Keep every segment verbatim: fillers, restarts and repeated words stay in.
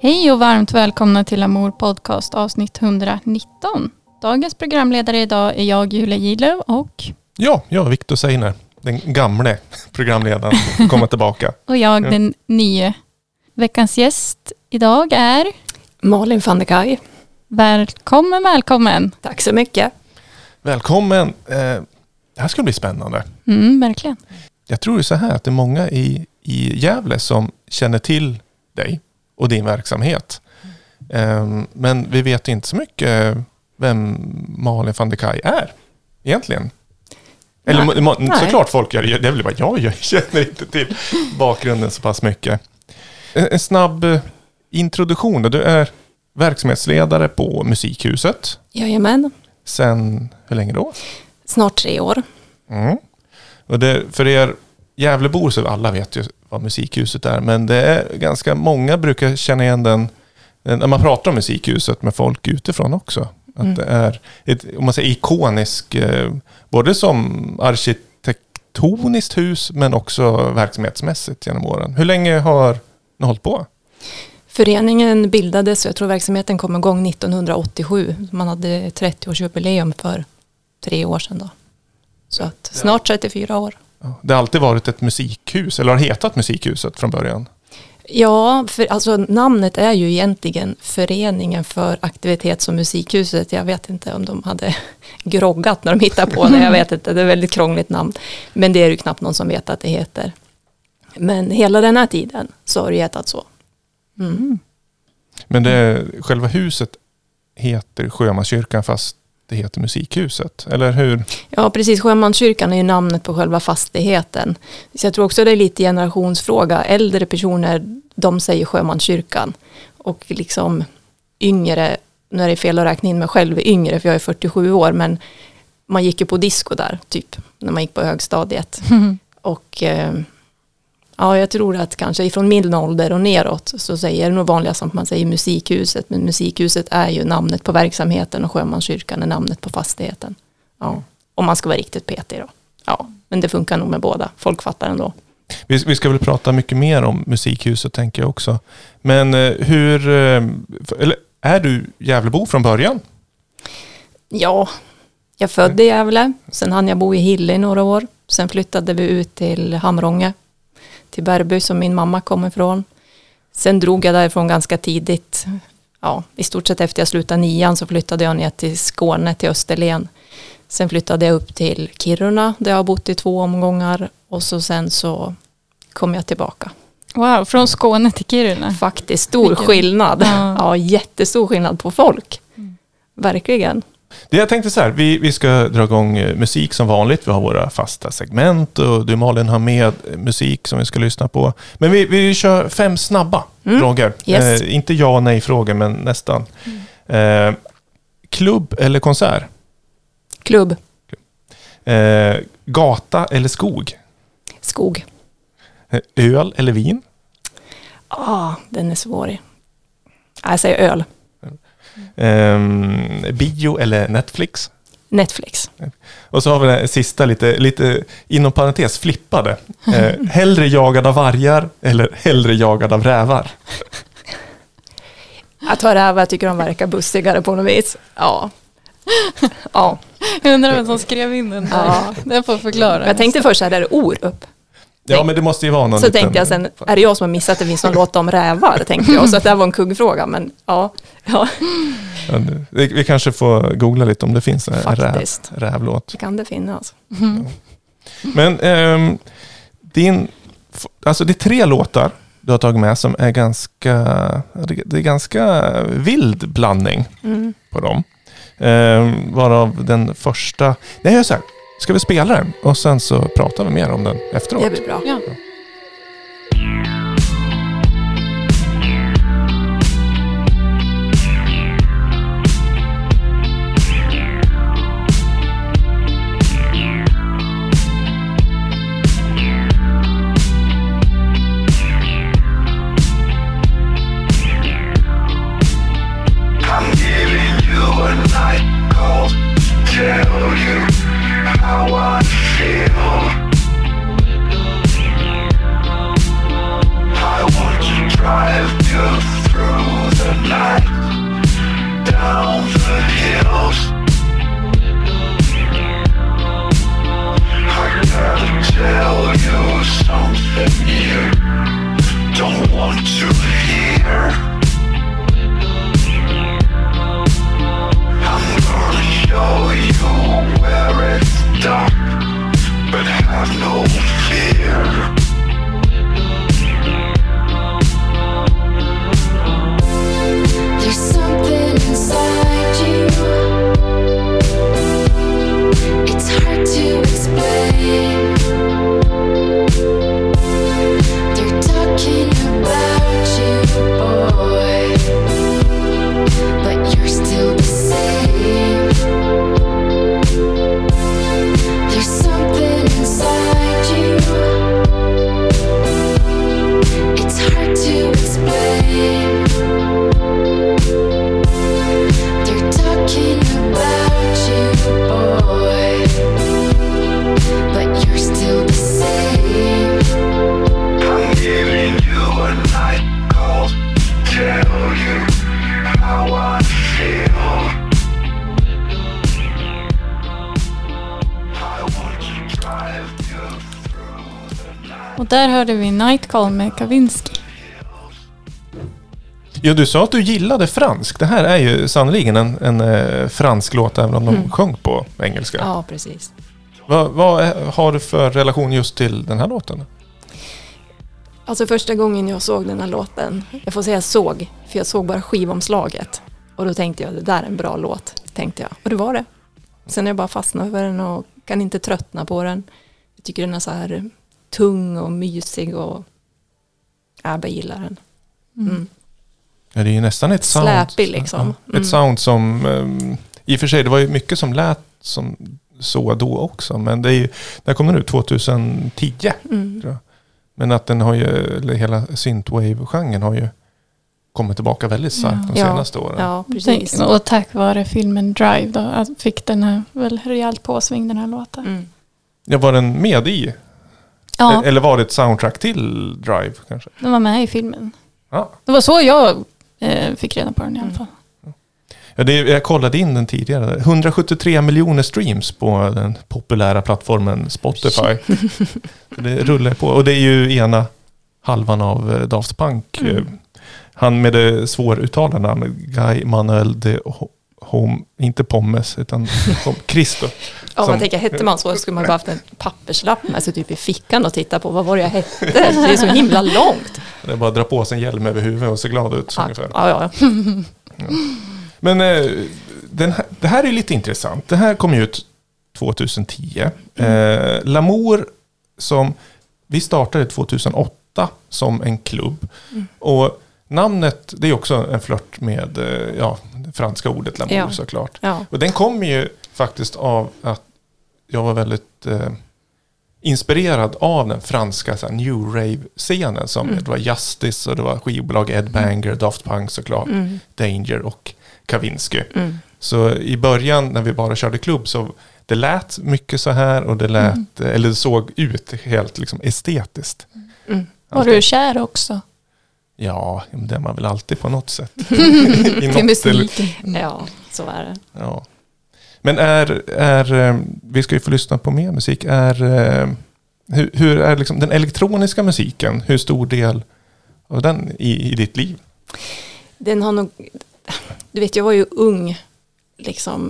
Hej och varmt välkomna till Amor Podcast avsnitt etthundranitton. Dagens programledare idag är jag, Julia Gidlöv, och... Ja, jag Victor Seiner, den gamle programledaren, kommer tillbaka. Och jag, ja. Den nya. Veckans gäst idag är... Malin van der Kaj. Välkommen, välkommen. Tack så mycket. Välkommen. Eh, det här ska bli spännande. Mm, verkligen. Jag tror ju så här att det är många i, i Gävle som känner till dig och din verksamhet. Eh, men vi vet inte så mycket vem Malin van der Kaj är egentligen. Eller Nej. må, Nej. såklart folk gör det. Det är väl bara jag, jag känner inte till bakgrunden så pass mycket. En, en snabb introduktion. Du är verksamhetsledare på Musikhuset. Jajamän. Sen, hur länge då? Snart tre år. Mm. Och det, för er Gävlebor så alla vet ju vad Musikhuset är. Men det är ganska många brukar känna igen den när man pratar om Musikhuset med folk utifrån också. Att mm. det är ett, om man säger ikonisk, eh, både som arkitektoniskt hus men också verksamhetsmässigt genom åren. Hur länge har ni hållit på? Föreningen bildades, jag tror verksamheten kom igång nittonhundraåttiosju. Man hade trettioårsjubileum för tre år sedan då. Så att snart trettiofyra år. Det har alltid varit ett musikhus, eller har hetat Musikhuset från början? Ja, för, alltså namnet är ju egentligen Föreningen för aktivitets- och musikhuset. Jag vet inte om de hade groggat när de hittade på det. Jag vet inte, det är ett väldigt krångligt namn. Men det är ju knappt någon som vet att det heter. Men hela den här tiden så har det hetat så. Mm. Men det, själva huset heter Sjömanskyrkan fast det heter Musikhuset, eller hur? Ja, precis. Sjömanskyrkan är ju namnet på själva fastigheten. Så jag tror också det är lite generationsfråga. Äldre personer, de säger Sjömanskyrkan. Och liksom yngre, nu är det fel att räkna in mig själv yngre för jag är fyrtiosju år, men man gick ju på disco där, typ, när man gick på högstadiet. Mm. Och... Eh, Ja, jag tror att kanske ifrån min ålder och neråt så säger det nog vanligast att man säger Musikhuset. Men Musikhuset är ju namnet på verksamheten och Sjömanskyrkan är namnet på fastigheten. Ja, om man ska vara riktigt petig då. Ja, men det funkar nog med båda. Folk fattar ändå. Vi, vi ska väl prata mycket mer om Musikhuset tänker jag också. Men hur, eller är du Gävlebo från början? Ja, jag födde i Gävle. Sen hann jag bo i Hille i några år. Sen flyttade vi ut till Hamrånge. Till Bärby som min mamma kommer ifrån. Sen drog jag därifrån ganska tidigt. Ja, i stort sett efter jag slutade nian så flyttade jag ner till Skåne, till Österlen. Sen flyttade jag upp till Kiruna där jag har bott i två omgångar. Och så sen så kom jag tillbaka. Wow, från Skåne till Kiruna. Faktiskt stor Vilken? skillnad. Ja. ja, jättestor skillnad på folk. Mm. Verkligen. Det jag tänkte så här, vi, vi ska dra igång musik som vanligt. Vi har våra fasta segment och du Malin har med musik som vi ska lyssna på. Men vi, vi kör fem snabba mm. frågor. Yes. Eh, inte ja nej frågor men nästan. Mm. Eh, klubb eller konsert? Klubb. Eh, gata eller skog? Skog. Eh, öl eller vin? Ah, den är svår. Jag säger öl. Um, bio eller Netflix? Netflix. Och så har vi det sista lite, lite inom parentes flippade. Eh, hellre jagad av vargar eller hellre jagad av rävar? Jag tar rävar, jag tycker de verkar bussigare på något vis. Ja. ja. Jag undrar vem som skrev in den där. Ja. Det får förklara. Jag tänkte först att det är Orup. Ja, men det måste ju vara någon Så liten... tänkte jag sen, är det jag som har missat att det finns någon låt om rävar, tänkte jag. Så att det var en kuggfråga, men ja. ja. ja vi, vi kanske får googla lite om det finns en räv, rävlåt. Det kan det finnas. Mm. Ja. Men ähm, din, alltså det är tre låtar du har tagit med som är ganska, det är ganska vild blandning mm. på dem. Ähm, varav den första, nej jag säger ska vi spela den? Och sen så pratar vi mer om den efteråt. Det blir bra. Ja. Ja. I'm giving you a night call to tell you how I feel. I want to drive you through the night, down the hills. I gotta tell you something you don't want to hear. I'm gonna show you where it's dark, but have no fear. There's something inside you. It's hard to explain. They're talking about you, boy, but you're still the same. There's something inside you. It's hard to explain. They're talking about you, boy, but you're still the same. I'm giving you a night call to tell you how I feel. I want to drive you through the night. Och där hörde vi Night Call med Kavinsky. Ja, du sa att du gillade fransk. Det här är ju sannoliken en, en eh, fransk låt, även om de Mm. sjöng på engelska. Ja, precis. Vad, vad är- har du för relation just till den här låten? Alltså första gången jag såg den här låten, jag får säga såg, för jag såg bara skivomslaget. Och då tänkte jag, det där är en bra låt, tänkte jag. Och det var det. Sen har jag bara fastnat för den och kan inte tröttna på den. Jag tycker den är så här tung och mysig och jag bara gillar den. Mm. Ja, det är ju nästan ett sound. Släpig liksom. Ja, Mm. ett sound som, um, i och för sig, det var ju mycket som lät som så då också. Men det är ju, där kommer nu tjugohundratio. Mm. Tror jag. Men att den har ju, eller hela synthwave-genren har ju kommit tillbaka väldigt starkt Ja. de Ja. senaste åren. Ja, precis. Och tack vare filmen Drive då att fick den här väl rejält påsving, den här låten. Mm. Ja, var den med i? Ja, Eller var det ett soundtrack till Drive kanske? den var med i filmen. Ja. Det var så jag eh, fick reda på den i alla fall. Ja, det, jag kollade in den tidigare. hundrasjuttiotre miljoner streams på den populära plattformen Spotify. Så det rullar på. Och det är ju ena halvan av eh, Daft Punk. Mm. Eh, Han med det svåruttalade namnet, Guy Manuel de Ho- Hom, inte Pommes, utan Hom, Christo. Ja, Som- man tänker, hette man så skulle man bara haft en papperslapp med sig typ i fickan och titta på vad var det jag hette. Det är så himla långt. Det är bara att dra på sig en hjälm över huvudet och se glad ut. Ja, Ungefär. ja, ja. Men eh, den här, det här är lite intressant. Det här kom ju ut tjugohundratio. Eh, L'Amour, som vi startade tjugohundraåtta som en klubb. Mm. Och namnet, det är också en flört med eh, ja, det franska ordet L'Amour Ja. såklart. ja. Och den kom ju faktiskt av att jag var väldigt eh, inspirerad av den franska så här, new rave-scenen. Som Mm. det var Justice och det var skivbolag Ed Banger, Daft Punk såklart, Mm. Danger och Kavinsky. Mm. Så i början när vi bara körde klubb så det lät mycket så här och det lät, Mm. eller det såg ut helt liksom estetiskt. Mm. Var du kär också? Ja, men det är man väl alltid på något sätt. I Till något musiken. Ja, så är det. Ja. Men är, är, eh, vi ska ju få lyssna på mer musik, är, eh, hur, hur är liksom den elektroniska musiken, hur stor del av den i, i ditt liv? Den har nog, du vet jag var ju ung liksom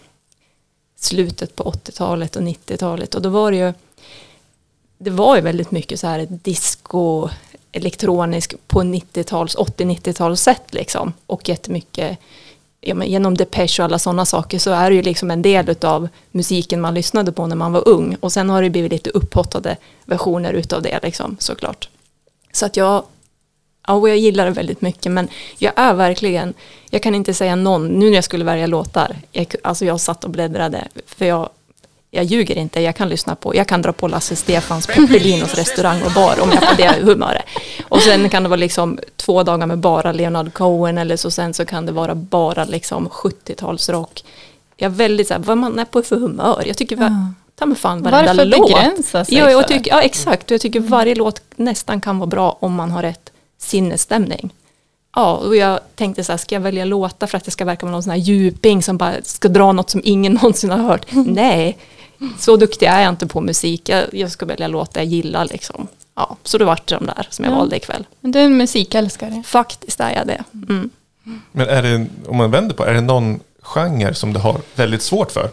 slutet på åttiotalet och nittiotalet och då var det ju det var ju väldigt mycket så här disco elektronisk på nittio-tals, åttio-nittio-tals sätt liksom och jättemycket ja, men genom Depeche och alla sådana saker så är det ju liksom en del av musiken man lyssnade på när man var ung och sen har det blivit lite upphottade versioner utav det liksom såklart. Så att jag ja, och jag gillar det väldigt mycket men jag är verkligen, jag kan inte säga någon, nu när jag skulle välja låtar, jag, alltså jag satt och bläddrade för jag, jag ljuger inte, jag kan lyssna på, jag kan dra på Lasse Stefans Peppelinos restaurang och bar om jag har det humöret. Och sen kan det vara liksom två dagar med bara Leonard Cohen eller så sen så kan det vara bara liksom sjuttio-talsrock. Jag är väldigt så här, vad man är på för humör. Jag tycker, Ja. ta mig fan varenda Varför låt. begränsa sig Ja, jag för? tycker, ja, exakt. Jag tycker varje låt nästan kan vara bra om man har rätt sinnesstämning. Ja, och jag tänkte så här, ska jag välja låta för att det ska verka vara någon sån här djuping som bara ska dra något som ingen någonsin har hört? Nej, så duktig är jag inte på musik. Jag, jag ska välja låta jag gillar liksom. Ja, så det var det de där som jag Ja. valde ikväll. Men du är en musikälskare. Faktiskt är jag det. Mm. Men är det, om man vänder på, är det någon genre som du har väldigt svårt för?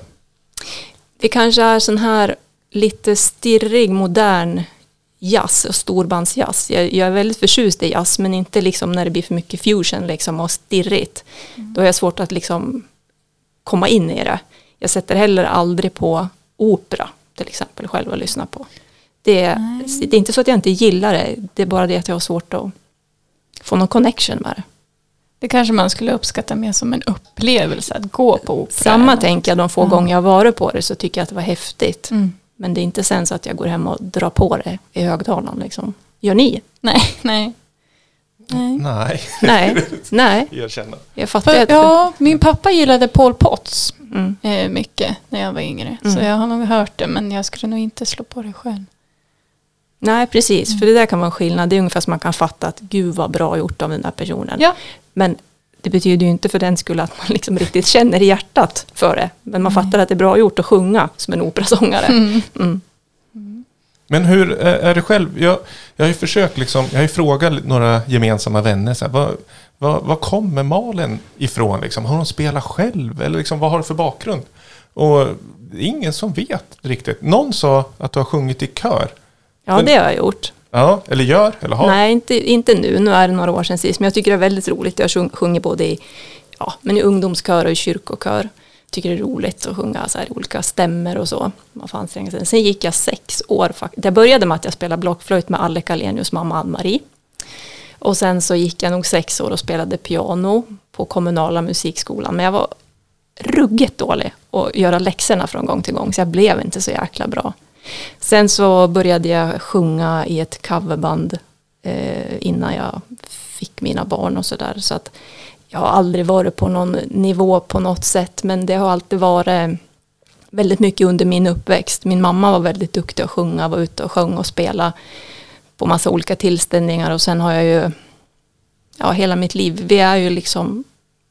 Det kanske är sån här lite stirrig, modern jazz och storbandsjazz. Jag, jag är väldigt förtjust i jazz, men inte liksom när det blir för mycket fusion liksom och stirrigt. Mm. Då är jag svårt att liksom komma in i det. Jag sätter heller aldrig på opera till exempel själv att lyssna på. Det, det är inte så att jag inte gillar det, det är bara det att jag har svårt att få någon connection med det. Det kanske man skulle uppskatta mer som en upplevelse att gå på opera. Samma tänker jag de få Mm. gånger jag har varit på det, så tycker jag att det var häftigt. Mm. Men det är inte sen så att jag går hem och drar på det i högtalaren liksom. Gör ni? Nej, nej. Nej. Nej, Nej, nej. jag känner. Jag fattar För, att... ja, min pappa gillade Paul Potts Mm. eh, mycket när jag var yngre. Mm. Så jag har nog hört det, men jag skulle nog inte slå på det själv. Nej, precis. För det där kan vara en skillnad. Det är ungefär som man kan fatta att gud vad bra gjort av den där personen. Ja. Men det betyder ju inte för den skull att man liksom riktigt känner i hjärtat för det. Men man fattar att det är bra gjort att sjunga som en operasångare. Mm. Mm. Men hur är är det själv? Jag, jag har ju försökt liksom, jag har ju frågat några gemensamma vänner så här, vad, vad, vad kommer Malin ifrån liksom? Har hon spelat själv? Eller liksom, vad har du för bakgrund? Och det är ingen som vet riktigt. Någon sa att du har sjungit i kör. Ja, det har jag gjort. Ja, eller gör, eller har. Nej, inte, inte nu. Nu är det några år sedan sist. Men jag tycker det är väldigt roligt. Jag sjung, sjunger både i, ja, men i ungdomskör och i kyrkokör. Tycker det är roligt att sjunga så här olika stämmer och så. Man får anstränga sig. Sen gick jag sex år. Det började med att jag spelade blockflöjt med Alle Kalenius mamma Ann-Marie. Och sen så gick jag nog sex år och spelade piano på kommunala musikskolan. Men jag var ruggigt dålig att göra läxorna från gång till gång. Så jag blev inte så jäkla bra. Sen så började jag sjunga i ett coverband eh, innan jag fick mina barn och sådär. Så att jag har aldrig varit på någon nivå på något sätt. Men det har alltid varit väldigt mycket under min uppväxt. Min mamma var väldigt duktig att sjunga, var ute och sjöng och spela på massa olika tillställningar. Och sen har jag ju, ja, hela mitt liv, vi är ju liksom,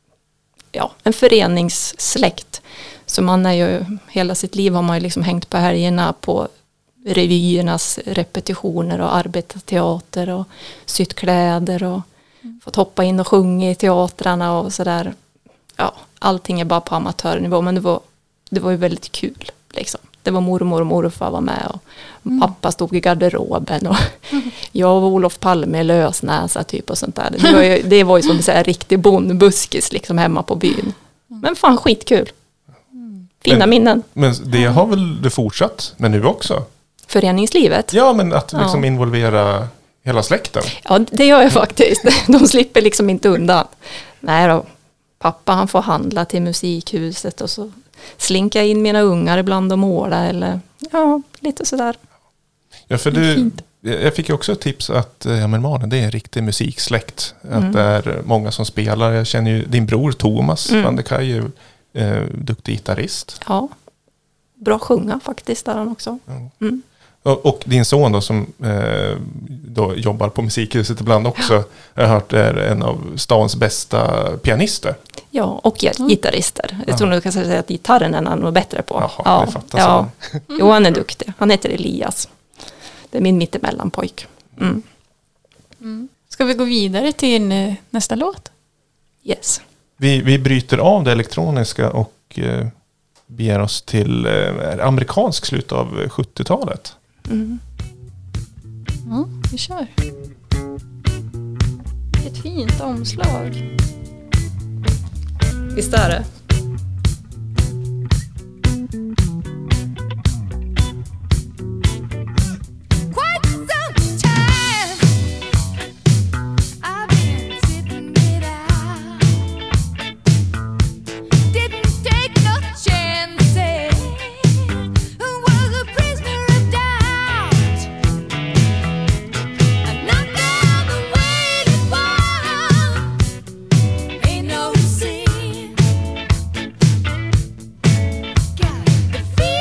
ja, en föreningssläkt. Så man är ju, hela sitt liv har man ju liksom hängt på helgerna på revyernas repetitioner och arbetat teater och sytt kläder och mm. fått hoppa in och sjunga i teatrarna och sådär. Ja, allting är bara på amatörnivå, men det var, det var ju väldigt kul liksom. Det var mormor och morfar var med och mm. pappa stod i garderoben och mm. jag och Olof Palme i lösnäsa typ och sånt där. Det var ju, det var ju som en riktig bondbuskis liksom hemma på byn. Men fan, skitkul. Fina men, minnen. Men det har väl du fortsatt med nu också? Föreningslivet? Ja, men att liksom ja. involvera hela släkten. Ja, det gör jag faktiskt. De slipper liksom inte undan. Nej då, pappa han får handla till musikhuset och så slinka in mina ungar ibland och måla eller ja, lite sådär. Ja, för du, jag fick ju också ett tips att ja, men Malin, det är en riktig musiksläkt. Mm. Att det är många som spelar. Jag känner ju din bror Thomas Mm. van der Kaj är ju eh, duktig gitarrist. Ja, bra sjunga faktiskt där han också. Mm. Och, och din son då som eh, då jobbar på musikhuset ibland också. Ja. Jag har hört är en av stans bästa pianister. Ja, och gitarrister. Jag tror nog jag kan säga att gitarren är han nog bättre på. Jaha, ja, det fattas ja. Jo, han är duktig. Han heter Elias. Det är min mittemellanpojk. Mm. Mm. Ska vi gå vidare till eh, nästa låt? Yes. Vi, vi bryter av det elektroniska och eh, beger oss till eh, amerikansk slut av sjuttiotalet. Mm. Ja, vi kör. Ett fint omslag. Visst är det? Feel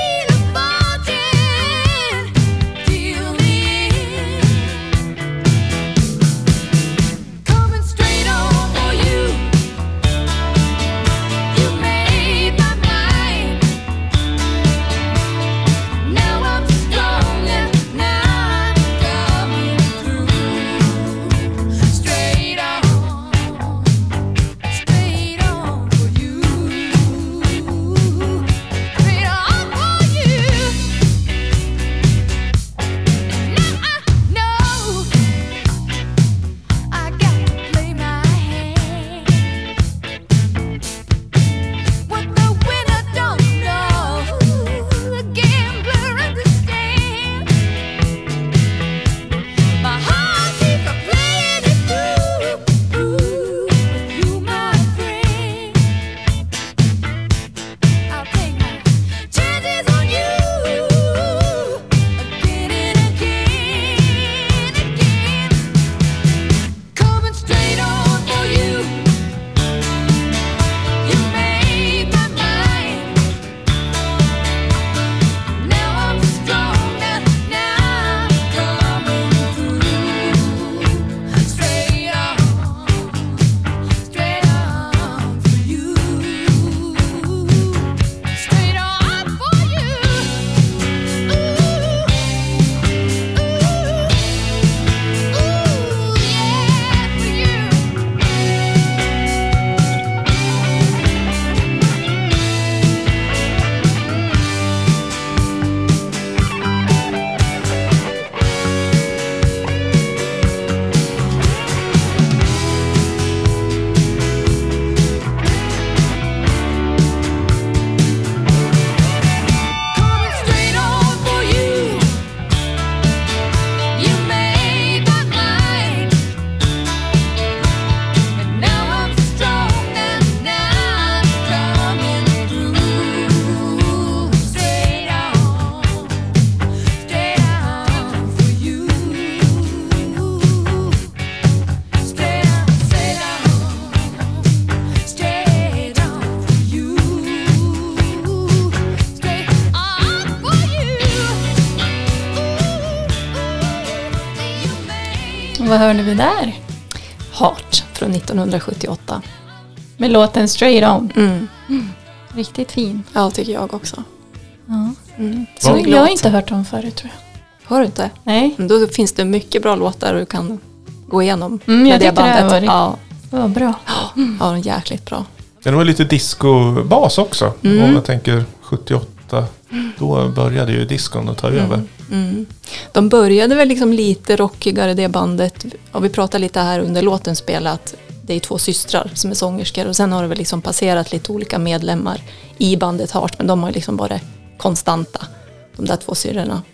vad hörde vi där? Heart från nittonhundrasjuttioåtta. Med låten Straight On. Mm. Riktigt fin. Ja, tycker jag också. Ja. Mm. Så Vad- jag har inte hört dem förut, tror jag. Har du inte? Nej, Men då finns det mycket bra låtar du kan gå igenom Mm, jag med det tyckte det här bandet. var Ja, det var bra. ja, de är jäkligt bra. Det var lite discobas också. Mm. Om jag tänker sjuttioåtta. Då började ju discon att ta över. Mm. De började väl liksom lite rockigare, det bandet. Och vi pratade lite här under låten spelat. Det är två systrar som är sångerskor. Och sen har det väl liksom passerat lite olika medlemmar i bandet Heart. Men de har liksom varit konstanta, de där två syrrorna.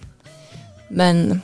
Men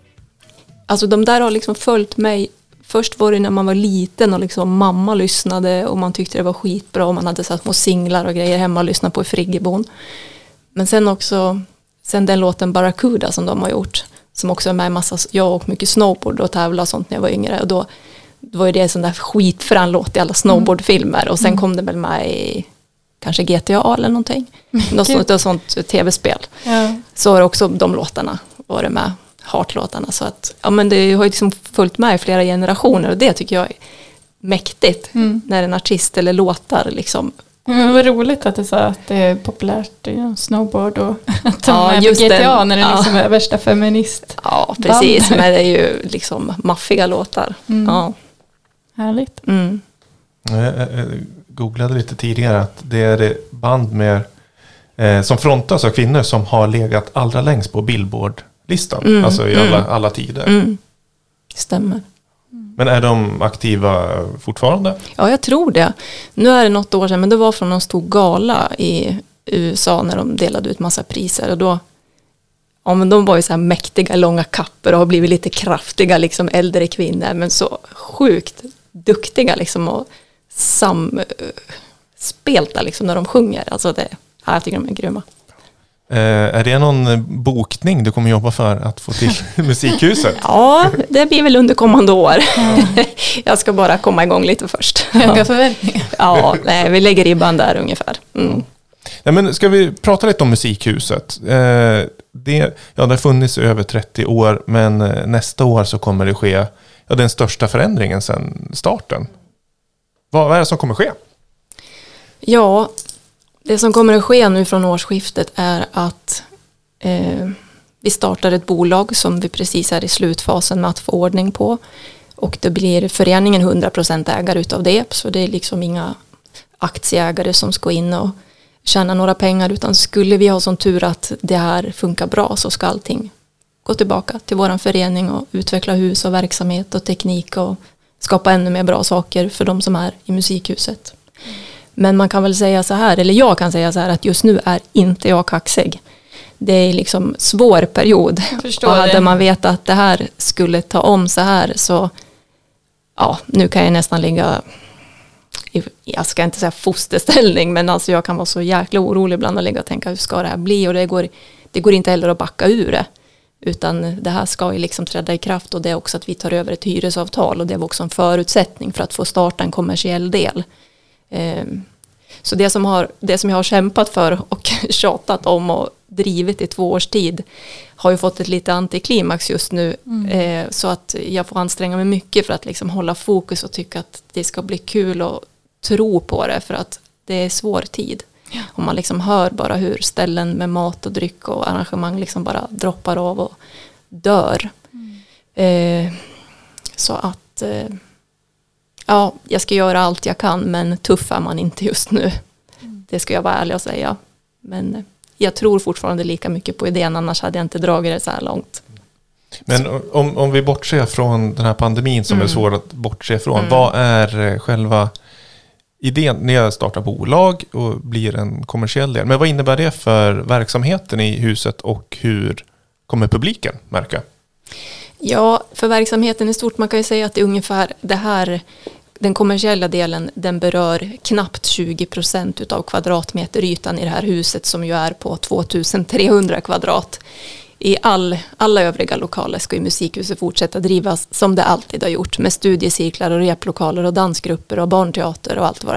alltså de där har liksom följt mig. Först var det när man var liten och liksom mamma lyssnade och man tyckte det var skitbra och man hade satt små singlar och grejer hemma och lyssnade på i friggebon. Men sen också, sen den låten Barracuda som de har gjort, som också är med i massa, jag och mycket snowboard och tävla och sånt när jag var yngre, och då, då var ju det en sån där skitfrän låt i alla snowboardfilmer och sen kom det väl med i kanske G T A eller någonting. Något sånt, något sånt tv-spel. Ja. Så har också de låtarna varit med, Heart-låtarna. Så att, ja men det har ju liksom följt med i flera generationer och det tycker jag är mäktigt. Mm. När en artist eller låtar liksom. Men vad roligt att du sa att det är populärt ja, snowboard och att de Ja, är på just G T A den. när det Ja. liksom är värsta feminist. Ja, precis. Band. Men det är ju liksom maffiga låtar. Mm. Ja. Härligt. Mm. Jag, jag, jag googlade lite tidigare att det är det band med, eh, som frontas av kvinnor som har legat allra längst på Billboard-listan. Mm, Alltså i mm. alla, alla tider. Mm. Stämmer. Men är de aktiva fortfarande? Ja, jag tror det. Nu är det något år sedan, men det var från någon stor gala i U S A när de delade ut massa priser. Och då, ja, men de var ju så här mäktiga, långa kapper och har blivit lite kraftiga, liksom äldre kvinnor, men så sjukt duktiga liksom och samspelta liksom när de sjunger. Alltså det, ja, jag tycker de är grymma. Eh, är det någon bokning du kommer jobba för att få till Musikhuset? Ja, det blir väl under kommande år. Jag ska bara komma igång lite först. Höga förväntningar. Ja, nej, vi lägger ribban där ungefär. Mm. Ja, men ska vi prata lite om Musikhuset? Eh, det, ja, det har funnits i över trettio år, men eh, nästa år så kommer det ske ja, den största förändringen sedan starten. Vad, vad är det som kommer ske? Ja, det som kommer att ske nu från årsskiftet är att eh, vi startar ett bolag som vi precis är i slutfasen med att få ordning på. Och det blir föreningen hundra procent ägare utav det. Så det är liksom inga aktieägare som ska in och tjäna några pengar. Utan skulle vi ha sån tur att det här funkar bra så ska allting gå tillbaka till våran förening och utveckla hus och verksamhet och teknik och skapa ännu mer bra saker för de som är i Musikhuset. Men man kan väl säga så här, eller jag kan säga så här, att just nu är inte jag kaxig. Det är liksom svår period. Jag förstår Och hade det. man vetat att det här skulle ta om så här så, ja, nu kan jag nästan ligga, i, jag ska inte säga fosterställning, men alltså jag kan vara så jäkla orolig ibland och ligga och tänka hur ska det här bli, och det går, det går inte heller att backa ur det. Utan det här ska ju liksom träda i kraft, och det är också att vi tar över ett hyresavtal, och det var också en förutsättning för att få starta en kommersiell del. Så det som, har, det som jag har kämpat för och tjatat om och drivit i två års tid har ju fått ett lite antiklimax just nu. Mm. Så att jag får anstränga mig mycket för att liksom hålla fokus och tycka att det ska bli kul och tro på det, för att det är svår tid. Ja. Och man liksom hör bara hur ställen med mat och dryck och arrangemang liksom bara droppar av och dör. Mm. Eh, så att eh, ja, jag ska göra allt jag kan, men tuff är man inte just nu. Mm. Det ska jag vara ärlig och säga. Men jag tror fortfarande lika mycket på idén, annars hade jag inte dragit det så här långt. Men om, om vi bortser från den här pandemin som mm. är svår att bortse från, mm. vad är själva idén när jag startar bolag och blir en kommersiell del? Men vad innebär det för verksamheten i huset och hur kommer publiken märka? Ja, för verksamheten i stort, man kan ju säga att det är ungefär det här, den kommersiella delen, den berör knappt tjugo procent utav kvadratmeterytan i det här huset, som ju är på tvåtusen kvadrat. I all, alla övriga lokaler ska ju Musikhuset fortsätta drivas som det alltid har gjort, med studiecirklar och replokaler och dansgrupper och barnteater och allt vad det är.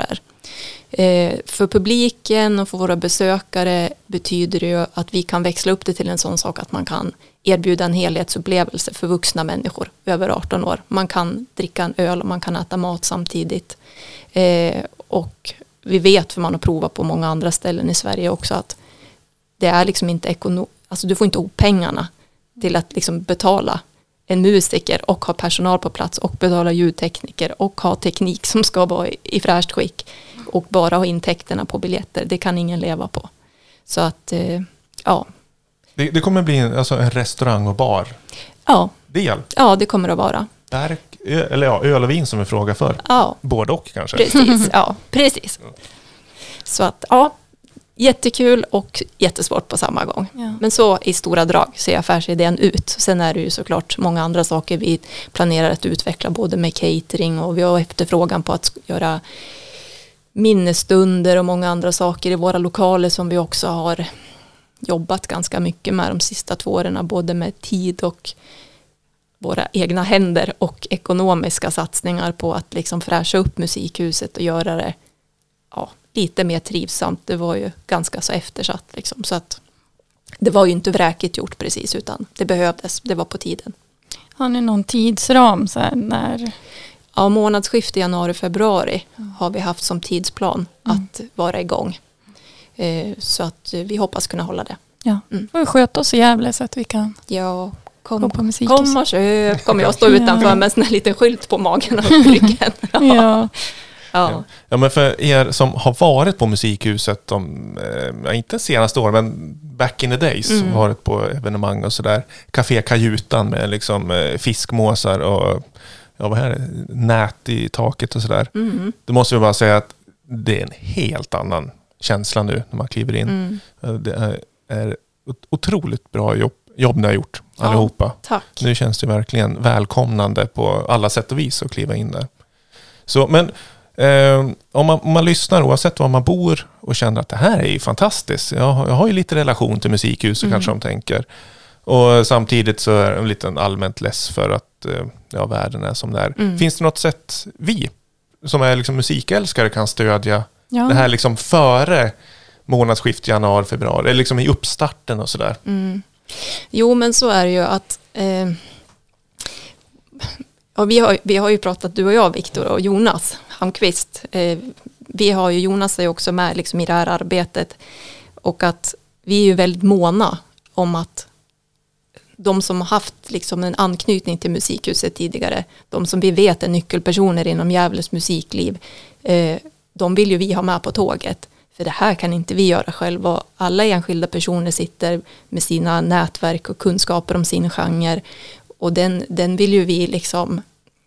Eh, för publiken och för våra besökare betyder det ju att vi kan växla upp det till en sån sak att man kan erbjuda en helhetsupplevelse för vuxna människor över arton år. Man kan dricka en öl och man kan äta mat samtidigt. Eh, och vi vet, för man har provat på många andra ställen i Sverige också, att det är liksom inte ekonom... Alltså du får inte ihop pengarna till att liksom betala en musiker och ha personal på plats och betala ljudtekniker och ha teknik som ska vara i, i fräscht skick och bara ha intäkterna på biljetter. Det kan ingen leva på. Så att, eh, ja. Det, det kommer bli en, alltså en restaurang och bar Ja. del. Ja, det kommer att vara. Berk, ö, eller ja, öl och vin som vi frågar för. Ja, Både och kanske. precis. Ja, precis. Så att, ja, jättekul och jättesvårt på samma gång. Ja. Men så i stora drag ser affärsidén ut. Sen är det ju såklart många andra saker vi planerar att utveckla, både med catering och vi har efterfrågan på att göra minnesstunder och många andra saker i våra lokaler som vi också har jobbat ganska mycket med de sista två åren, både med tid och våra egna händer och ekonomiska satsningar på att liksom fräscha upp musikhuset och göra det, ja, lite mer trivsamt. Det var ju ganska så eftersatt liksom, så att det var ju inte vräkigt gjort precis, utan det behövdes, det var på tiden. Har ni någon tidsram så här, när? Ja, månadsskifte januari-februari har vi haft som tidsplan Mm. att vara igång. Eh, så att vi hoppas kunna hålla det. Ja, Mm. får vi sköta oss i Gävle så att vi kan Ja, gå kom, på musikhuset. kom och köp. Kommer jag stå utanför Ja. med en sån här liten skylt på magen och ryggen. Ja. Ja. Ja. Ja, men för er som har varit på musikhuset de, eh, inte senaste åren, men back in the days, Mm. varit på evenemang och sådär. Café Kajutan med liksom eh, fiskmåsar och ja, vad här är det? Nät i taket och sådär. Mm. Då måste vi bara säga att det är en helt annan känsla nu när man kliver in. Mm. Eh, Det är, är ot- otroligt bra jobb, jobb ni har gjort Ja. allihopa. Tack. Nu känns det verkligen välkomnande på alla sätt och vis att kliva in där. Så, men eh, om, man, om man lyssnar oavsett var man bor och känner att det här är ju fantastiskt. Jag, har- jag har ju lite relation till musikhuset Mm. kanske de tänker. Och samtidigt så är de lite allmänt less för att eh, ja, världen är som det är. Mm. Finns det något sätt vi som är liksom musikälskare kan stödja Ja. det här liksom före månadsskift januari, februari, eller liksom i uppstarten och sådär? Mm. Jo, men så är det ju att eh, ja, vi, har, vi har ju pratat, du och jag, Viktor och Jonas Hamqvist. Eh, vi har ju, Jonas är ju också med liksom i det här arbetet, och att vi är ju väldigt måna om att de som har haft liksom en anknytning till musikhuset tidigare, de som vi vet är nyckelpersoner inom Gävles musikliv, eh, de vill ju vi ha med på tåget. För det här kan inte vi göra själva. Alla enskilda personer sitter med sina nätverk och kunskaper om sin genre. Och den, den vill ju vi liksom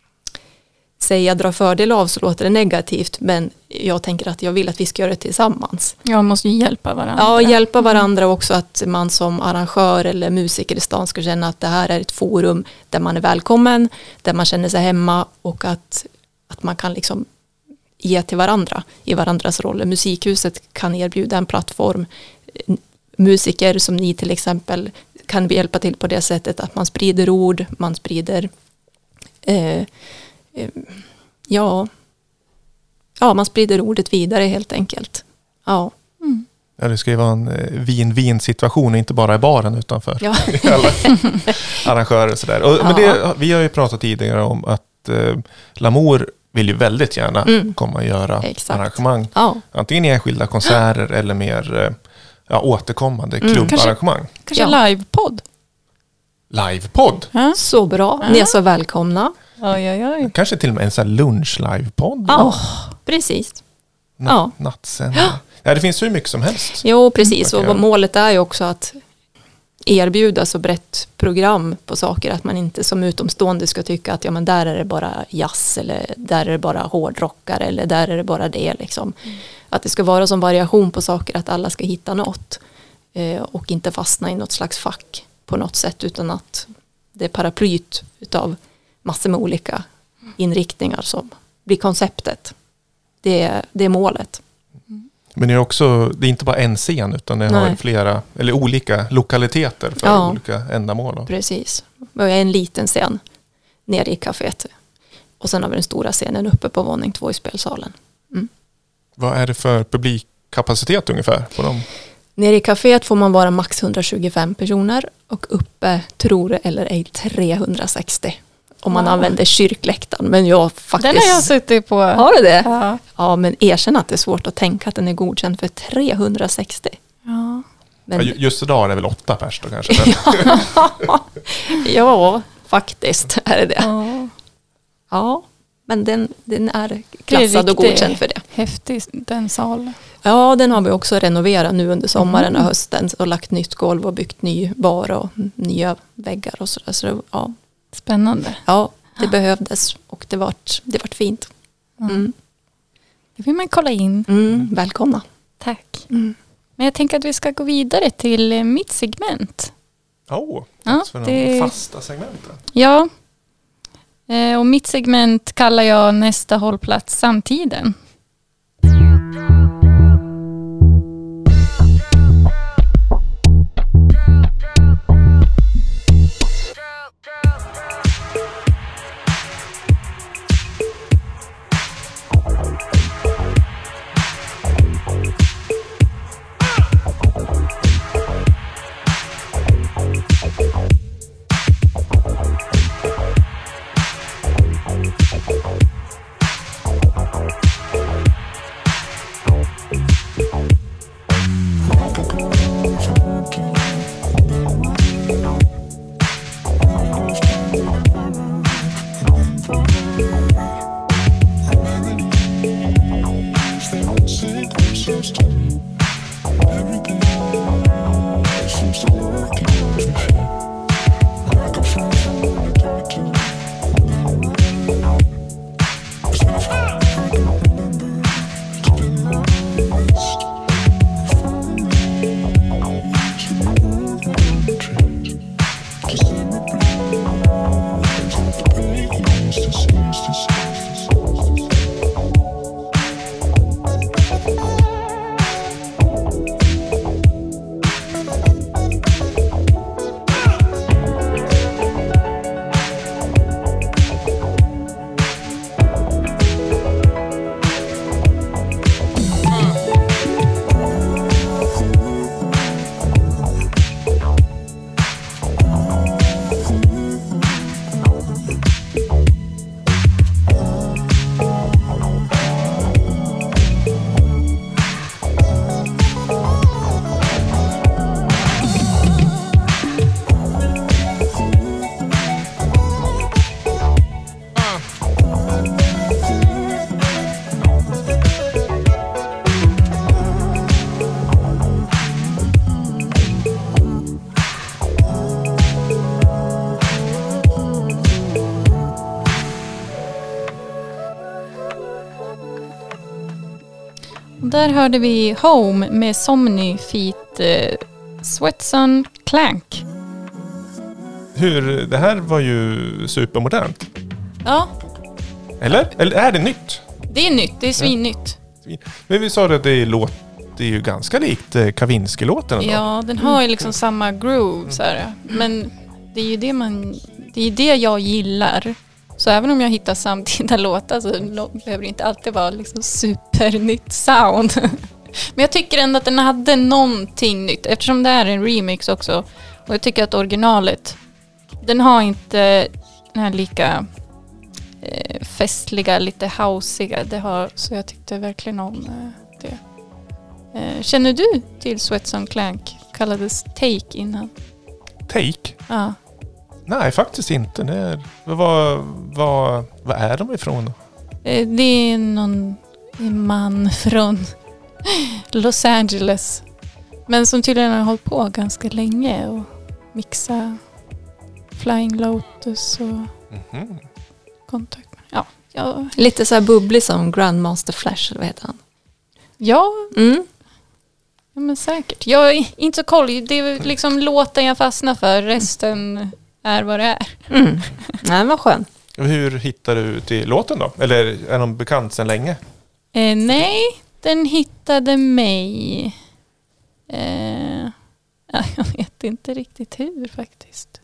säga dra fördel av, så låter det negativt. Men jag tänker att jag vill att vi ska göra det tillsammans. Jag måste ju hjälpa varandra. Ja, hjälpa varandra också, att man som arrangör eller musiker i stan ska känna att det här är ett forum där man är välkommen, där man känner sig hemma, och att, att man kan liksom ge till varandra i varandras roller. Musikhuset kan erbjuda en plattform. Musiker som ni till exempel kan hjälpa till på det sättet att man sprider ord, man sprider eh, eh, ja, ja, man sprider ordet vidare helt enkelt. Ja. Mm. Ja, det ska ju vara en eh, vin-vin-situation, inte bara i baren utanför. Ja. Alla arrangörer och sådär. Och, men det, vi har ju pratat tidigare om att eh, L'Amour vill ju väldigt gärna Mm. komma och göra Exakt. arrangemang. Ja. Antingen i enskilda konserter eller mer eh, ja, återkommande Mm. klubbarrangemang. Kanske Ja. livepodd? Livepodd. Ja. Så bra, ni är så välkomna. Oj, oj, oj. Kanske till och med en sån här lunch-livepodd. Ja, precis. Na- Ja. Nattsändning. Ja, det finns hur mycket som helst. Jo, precis. Mm, Och okej. målet är ju också att erbjuda så brett program på saker att man inte som utomstående ska tycka att ja, men där är det bara jazz, eller där är det bara hårdrockare, eller där är det bara det liksom. Mm. Att det ska vara som variation på saker, att alla ska hitta något eh, och inte fastna i något slags fack på något sätt, utan att det är paraplyt utav massor med olika inriktningar som blir konceptet. Det är, det är målet. Men det är också, det är inte bara en scen utan det har Nej. flera, eller olika lokaliteter för Ja. olika ändamål. då. Precis. Vi har en liten scen nere i kaféet. Och sen har vi den stora scenen uppe på våning två i spelsalen. Vad är det för publikkapacitet ungefär på dem? Nere i kaféet får man vara max hundratjugofem personer och uppe, tror det eller ej, trehundrasextio. Om man Wow. använder kyrkläktaren. Men jag faktiskt... Den har jag suttit på. Har du det? Ja. Ja, men erkänn att det är svårt att tänka att den är godkänd för trehundrasextio. Ja. Men, Ja, ju- just idag är det väl åtta pers då kanske. Men, ja, faktiskt är det det. Ja. Ja, men den, den är Det är klassad och riktigt godkänd för det. Häftig den salen. Ja, den har vi också renoverat nu under sommaren Mm. och hösten och lagt nytt golv och byggt ny bar och nya väggar och sådär. Så det, ja, Spännande. ja, det behövdes och det vart, det vart fint. Mm. Det vill man kolla in. Mm, välkomna. Tack. Mm. Men jag tänker att vi ska gå vidare till eh, mitt segment. oh, Ja, dags för det- de fasta segmenten. Ja, eh, och mitt segment kallar jag nästa hållplats samtiden. Där hörde vi Home med Somny feat eh, Sweatson Clank. Hur, det här var ju supermodernt. Ja, Eller? Eller är det nytt? det är nytt. Det är svinnytt. Men vi sa det att det låter ju ganska likt eh, Kavinsky-låten ändå. Ja, den har ju liksom samma groove så här. Men det är ju det man, det är det jag gillar. Så även om jag hittar samtida låtar så lo- behöver det inte alltid vara liksom supernytt sound. Men jag tycker ändå att den hade någonting nytt. Eftersom det är en remix också. Och jag tycker att originalet, den har inte den här lika eh, festliga, lite houseiga. Det har, så jag tyckte verkligen om eh, det. Eh, känner du till Sweatson Clank? Kallades Take innan. Take? Ja. Nej, faktiskt inte. Det är, vad, vad, vad är de ifrån då? Eh, det är någon man från Los Angeles. Men som tydligen har hållit på ganska länge och mixa Flying Lotus och Mhm. kontakt. Ja, ja, Lite så här bubblig som Grandmaster Flash, eller vad heter han? ja, Mm. ja men säkert. Jag är inte så koll. Det är liksom låten jag fastnar för. Resten är vad det är. Mm. Nej, vad skön. Hur hittar du till låten då? Eller är de bekant sedan länge? Eh, nej, den hittade mig. Eh, ja, jag vet inte riktigt hur faktiskt.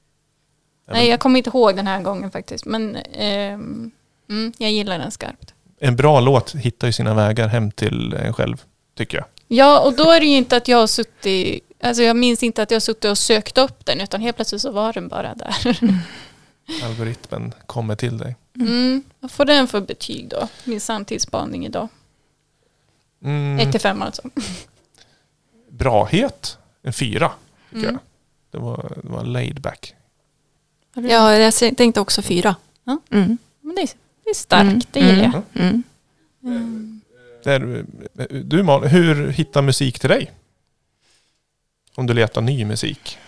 Ja, Nej, men- jag kommer inte ihåg den här gången faktiskt. Men ehm, mm, jag gillar den skarpt. en bra låt hittar ju sina vägar hem till en själv, tycker jag. Ja, och då är det ju inte att jag har suttit, alltså jag minns inte att jag har suttit och sökt upp den, utan helt plötsligt så var den bara där. Algoritmen kommer till dig. Mm. Vad får den för betyg då? Min samtidsspaning idag. Mm. ett till fem alltså. Brahet, en fyra, tycker Mm. jag. Det var, det var laid back. Ja, jag tänkte också fyra. Ja. Mm. Men det, är, det är starkt, Mm. det gillar jag. Mm. Mm. Där, du Malin, hur hittar musik till dig? Om du letar ny musik.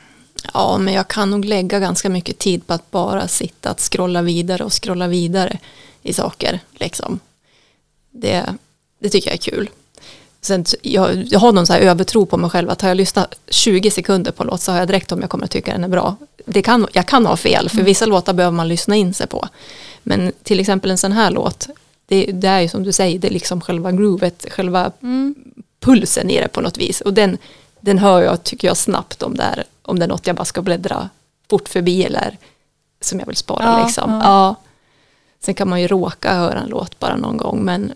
Ja, men jag kan nog lägga ganska mycket tid på att bara sitta att scrolla vidare och scrolla vidare i saker. Liksom. Det, det tycker jag är kul. Sen, jag, jag har någon så här övertro på mig själv att har jag lyssnat tjugo sekunder på en låt så har jag direkt om jag kommer att tycka den är bra. Det kan, jag kan ha fel, för vissa låtar behöver man lyssna in sig på. Men till exempel en sån här låt, det, det är ju som du säger, det är liksom själva groovet, själva Mm. pulsen i det på något vis. Och den, den hör jag, tycker jag, snabbt om det, är, om det är något jag bara ska bläddra fort förbi eller som jag vill spara. Ja, liksom. ja. Ja. Sen kan man ju råka höra en låt bara någon gång, men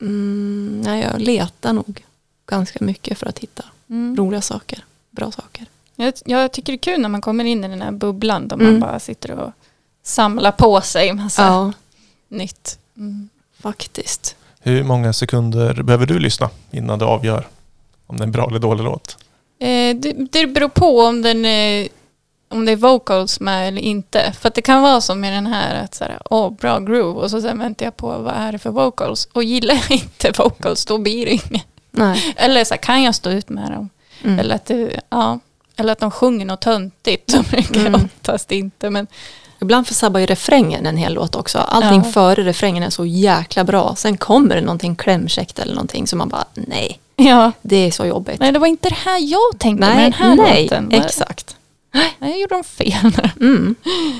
mm, nej, jag letar nog ganska mycket för att hitta Mm. roliga saker, bra saker. Jag, jag tycker det är kul när man kommer in i den här bubblan där Mm. man bara sitter och samlar på sig en massa Ja, nytt. Mm. faktiskt. Hur många sekunder behöver du lyssna innan du avgör om det är en bra eller dålig låt? Eh, det, det beror på om den är, om det är vocals med eller inte. För att det kan vara som med den här att såhär, åh, bra groove. Och så sen väntar jag på vad är det för vocals. Och gillar jag inte vocals, då blir det inget. Nej. Eller så här, kan jag stå ut med dem? Mm. Eller, att det, ja, eller att de sjunger något töntigt. Så brukar jag Mm. oftast inte. Men Ibland försabbar ju refrängen en hel låt också. Allting Ja. före refrängen är så jäkla bra. Sen kommer det någonting klämkäckt eller någonting som man bara, nej, ja, det är så jobbigt. nej, det var inte det här jag tänkte med nej, den här nej, låten. exakt. Nej, jag gjorde de fel där. Mm.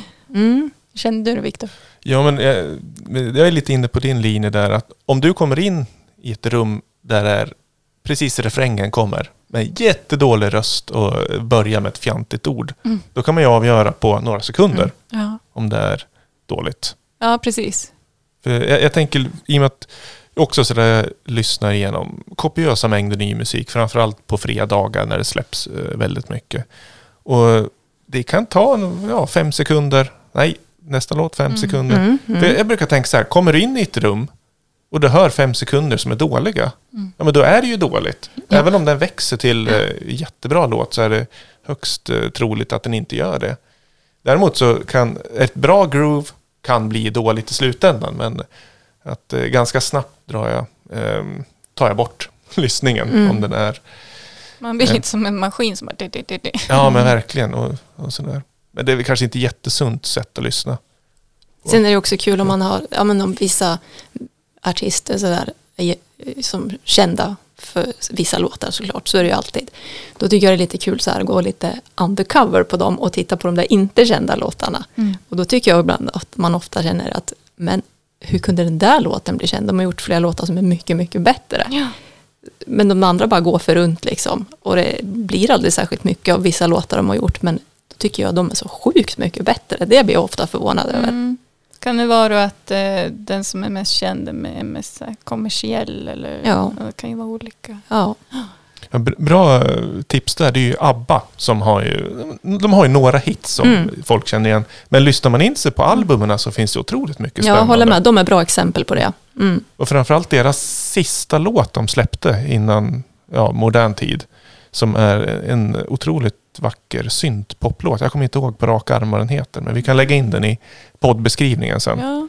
Mm. Kände du det, Victor? Ja, men jag, jag är lite inne på din linje där att om du kommer in i ett rum där det är precis refrängen kommer med jättedålig röst och börjar med ett fjantigt ord, Mm. då kan man ju avgöra på några sekunder Ja, om det är dåligt. ja precis. För jag, jag tänker, i och med att jag också så där lyssnar igenom kopiösa mängder ny musik, framförallt på fredagar när det släpps eh, väldigt mycket. Och det kan ta ja, fem sekunder, nej, nästa låt fem Mm. sekunder. Mm. För Mm. jag brukar tänka så här, kommer du in i ett rum och du hör fem sekunder som är dåliga, Mm. ja men då är det ju dåligt. Ja. Även om den växer till eh, jättebra låt så är det högst eh, troligt att den inte gör det. Däremot så kan ett bra groove kan bli dåligt i slutändan, men att eh, ganska snabbt drar jag, eh, tar jag bort lyssningen Mm. om den är, Man blir Ja. lite som en maskin som bara... di- di- di- di. ja men verkligen och, och sådär. Men det är väl kanske inte jättesunt sätt att lyssna. Sen är det också kul om man har, ja men om vissa artister sådär, är, som kända för vissa låtar såklart, så är det ju alltid. Då tycker jag det är lite kul så här, gå lite undercover på dem och titta på de där inte kända låtarna. Mm. Och då tycker jag ibland att man ofta känner att, men hur kunde den där låten bli känd? De har gjort flera låtar som är mycket, mycket bättre. Ja. Men de andra bara går för runt liksom. Och det blir aldrig särskilt mycket av vissa låtar de har gjort, men då tycker jag att de är så sjukt mycket bättre. Det blir jag ofta förvånad över. Mm. Kan det vara då att eh, den som är mest känd är mest så här kommersiell? Eller, Ja. Det kan ju vara olika. Ja. Ja, br- bra eh, tips där, det är ju ABBA som har ju, de har ju några hits som Mm. folk känner igen. Men lyssnar man in sig på albumen så finns det otroligt mycket Jag spännande. håller med, de är bra exempel på det. Mm. Och framförallt deras sista låt de släppte innan ja, modern tid, som är en otroligt vacker syntpoplåt. Jag kommer inte ihåg på rak arm vad den heter, men vi kan lägga in den i poddbeskrivningen sen. Ja.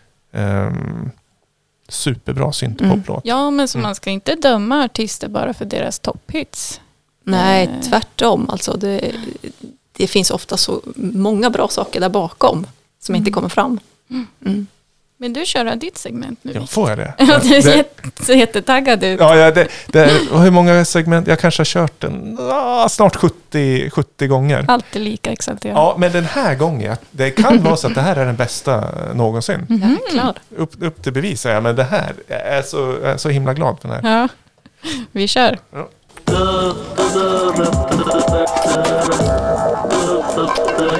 Ehm, superbra syntpoplåt. ja, men så Mm. man ska inte döma artister bara för deras topphits. Nej, Eh. tvärtom. Alltså det, det finns ofta så många bra saker där bakom som inte Mm. kommer fram. Mm. Mm. Men du kör ditt segment nu. Ja, får jag det? Ja, du det, ser jätte- ser jättetaggad ut. ja, ja, det, det, och hur många segment? Jag kanske har kört den ah, snart sjuttio, sjuttio gånger. Alltid lika exalterad. Ja, men den här gången, det kan vara så att det här är den bästa någonsin. Mhm. Jäklar. Upp, upp till bevis säger jag, men det här, jag är så, jag är så himla glad för den här. Ja, vi kör.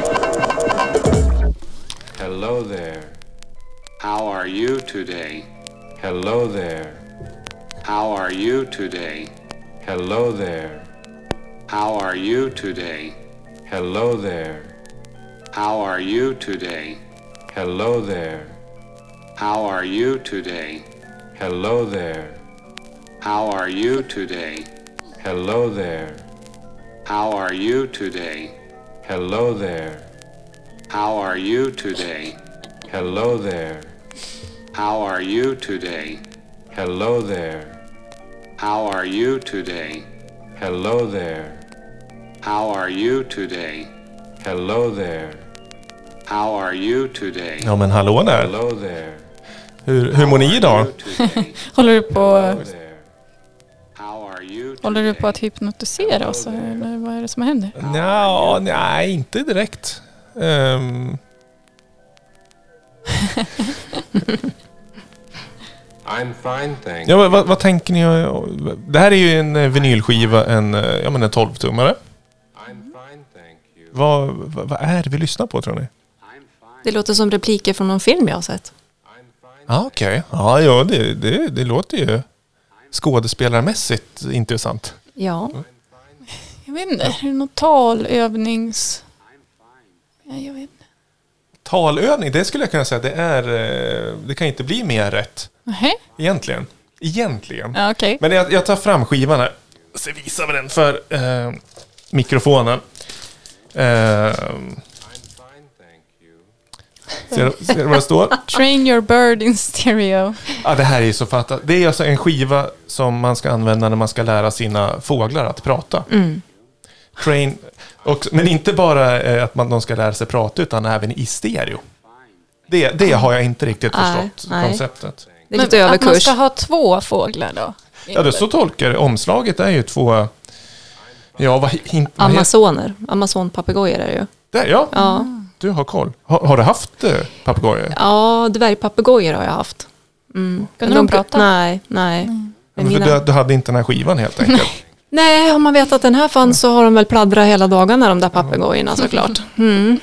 Hello there. How are you today? Hello there. How are you today? Hello there. How are you today? Hello there. How are you today? Hello there. How are you today? Hello there. How are you today? Hello there. How are you today? Hello there. How are you today? Hello there. How are you today? Hello there. How are you today? Hello there. How are you today? Hello there. How are you today? Ja, men hallå där. Hello there. Hur, hur mår ni idag? Håller du på, Hello there. How are you håller du today? på att hypnotisera oss? Eller vad är det som händer? Nja, nej, inte direkt. Ehm, I'm fine, thank ja, you. vad, vad, vad tänker ni? Det här är ju en eh, vinylskiva, en, eh, ja, men en tolv-tummare. I'm fine, thank you. Vad, vad, vad är det vi lyssnar på, tror ni? I'm fine. Det låter som repliker från någon film jag har sett. I'm fine. Ja, okej. Ja, ja det, det, det låter ju skådespelarmässigt intressant. Ja. Jag vet inte, är det något talövnings... Ja, jag vet inte. Talövning, det skulle jag kunna säga, det är, eh, det kan inte bli mer rätt. Nähä? Egentligen. Egentligen. Ja, okej. Men jag, jag tar fram skivan här. Så visar vi den för eh, mikrofonen. Eh, I'm fine, thank you. ser, ser du vad det står? Train your bird in stereo. Ja, det här är så fattat. Det är alltså en skiva som man ska använda när man ska lära sina fåglar att prata. Mm. Train, och, men inte bara eh, att man, de ska lära sig prata, utan även i stereo. Det, det har jag inte riktigt Nej, förstått, nej. konceptet. Det är lite Men att man överkurs. ska ha två fåglar då? Ja, det så tolkar det. Omslaget är ju två... Ja, vad, hin, vad heter Amazoner. Amazonpapegojor är det ju. det? Ja, Ja. du har koll. Har, har du haft eh, papegojor? Ja, dvärgpapegojor har jag haft. Mm. Kunde Men de prata? Nej, nej. Men Men för mina- du, du hade inte den här skivan helt enkelt. Nej, om man vet att den här fanns så har de väl pladdrat hela dagarna, de där papegojorna såklart. Mm.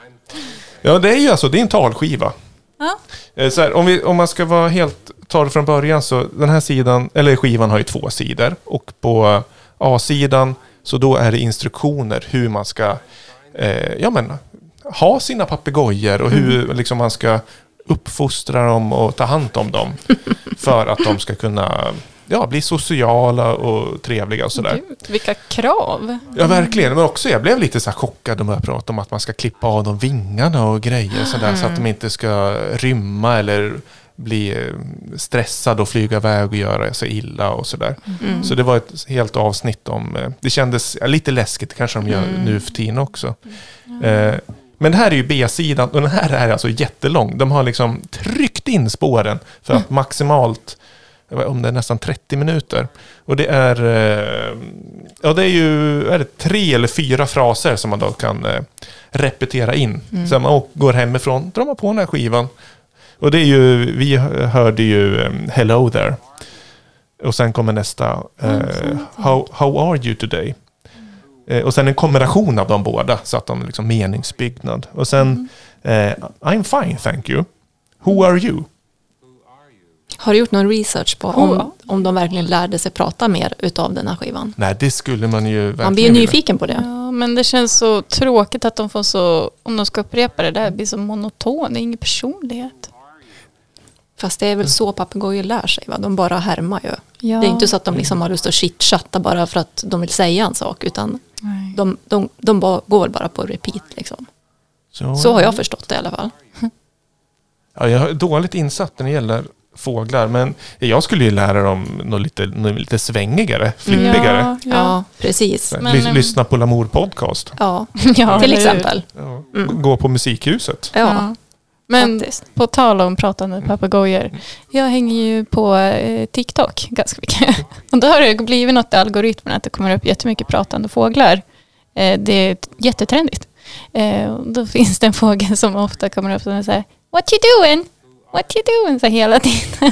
Ja, det är ju alltså, det är en talskiva. Ja. Eh, Så här, om, vi, om man ska vara helt, ta det från början, så den här sidan, eller skivan har ju två sidor. Och på A-sidan så då är det instruktioner hur man ska eh, ja, men, ha sina papegojor och hur liksom, man ska uppfostra dem och ta hand om dem. För att de ska kunna ja, bli sociala och trevliga och sådär. Gud, vilka krav. Ja, verkligen. Men också jag blev lite så här chockad när jag pratade om att man ska klippa av dem vingarna och grejer sådär, så att de inte ska rymma eller bli eh, stressad och flyga iväg och göra sig illa och sådär. Mm. Så det var ett helt avsnitt om... eh, Det kändes ja, lite läskigt, kanske de gör nu för tiden också. Eh, men det här är ju B-sidan och den här är alltså jättelång. De har liksom tryckt in spåren för att maximalt... om det är nästan trettio minuter. Och det är eh, ja, det är ju är det tre eller fyra fraser som man då kan eh, repetera in. Mm. Så man går hemifrån, drar man på den här skivan. Och det är ju, vi hörde ju um, Hello there. Och sen kommer nästa eh, how, how are you today? Eh, och sen en kombination av de båda, så att de liksom meningsbyggnad. Och sen eh, I'm fine, thank you. Who are you? Har du gjort någon research på om, om de verkligen lärde sig prata mer utav den här skivan? Nej, det skulle man ju verkligen Man blir ju vilja. nyfiken på det. Ja, men det känns så tråkigt att de får så, om de ska upprepa det där, blir så monoton. Det är ingen personlighet. Fast det är väl så papegojor lär sig, va? De bara härmar ju. Ja. Det är inte så att de liksom har lust att chitchatta bara för att de vill säga en sak, utan Nej. de, de, de bara, går väl bara på repeat liksom. Så, Så har jag förstått det i alla fall. Ja, jag är dåligt insatt när det gäller fåglar, men jag skulle ju lära dem något lite, något lite svängigare, flippigare. Ja, Ja, ja. precis. Så, Men, lys- ehm, lyssna på Lamour podcast. Ja, Ja, till eller hur? exempel. Ja. Mm. Gå på musikhuset. Ja, Ja. Men faktiskt. på tal om pratande papegojor. Jag hänger ju på eh, TikTok ganska mycket. Och då har det blivit något i algoritmen att det kommer upp jättemycket pratande fåglar. Eh, det är t- jättetrendigt. Eh, och då finns det en fågel som ofta kommer upp och säger What you doing? What you doing? Så hela tiden.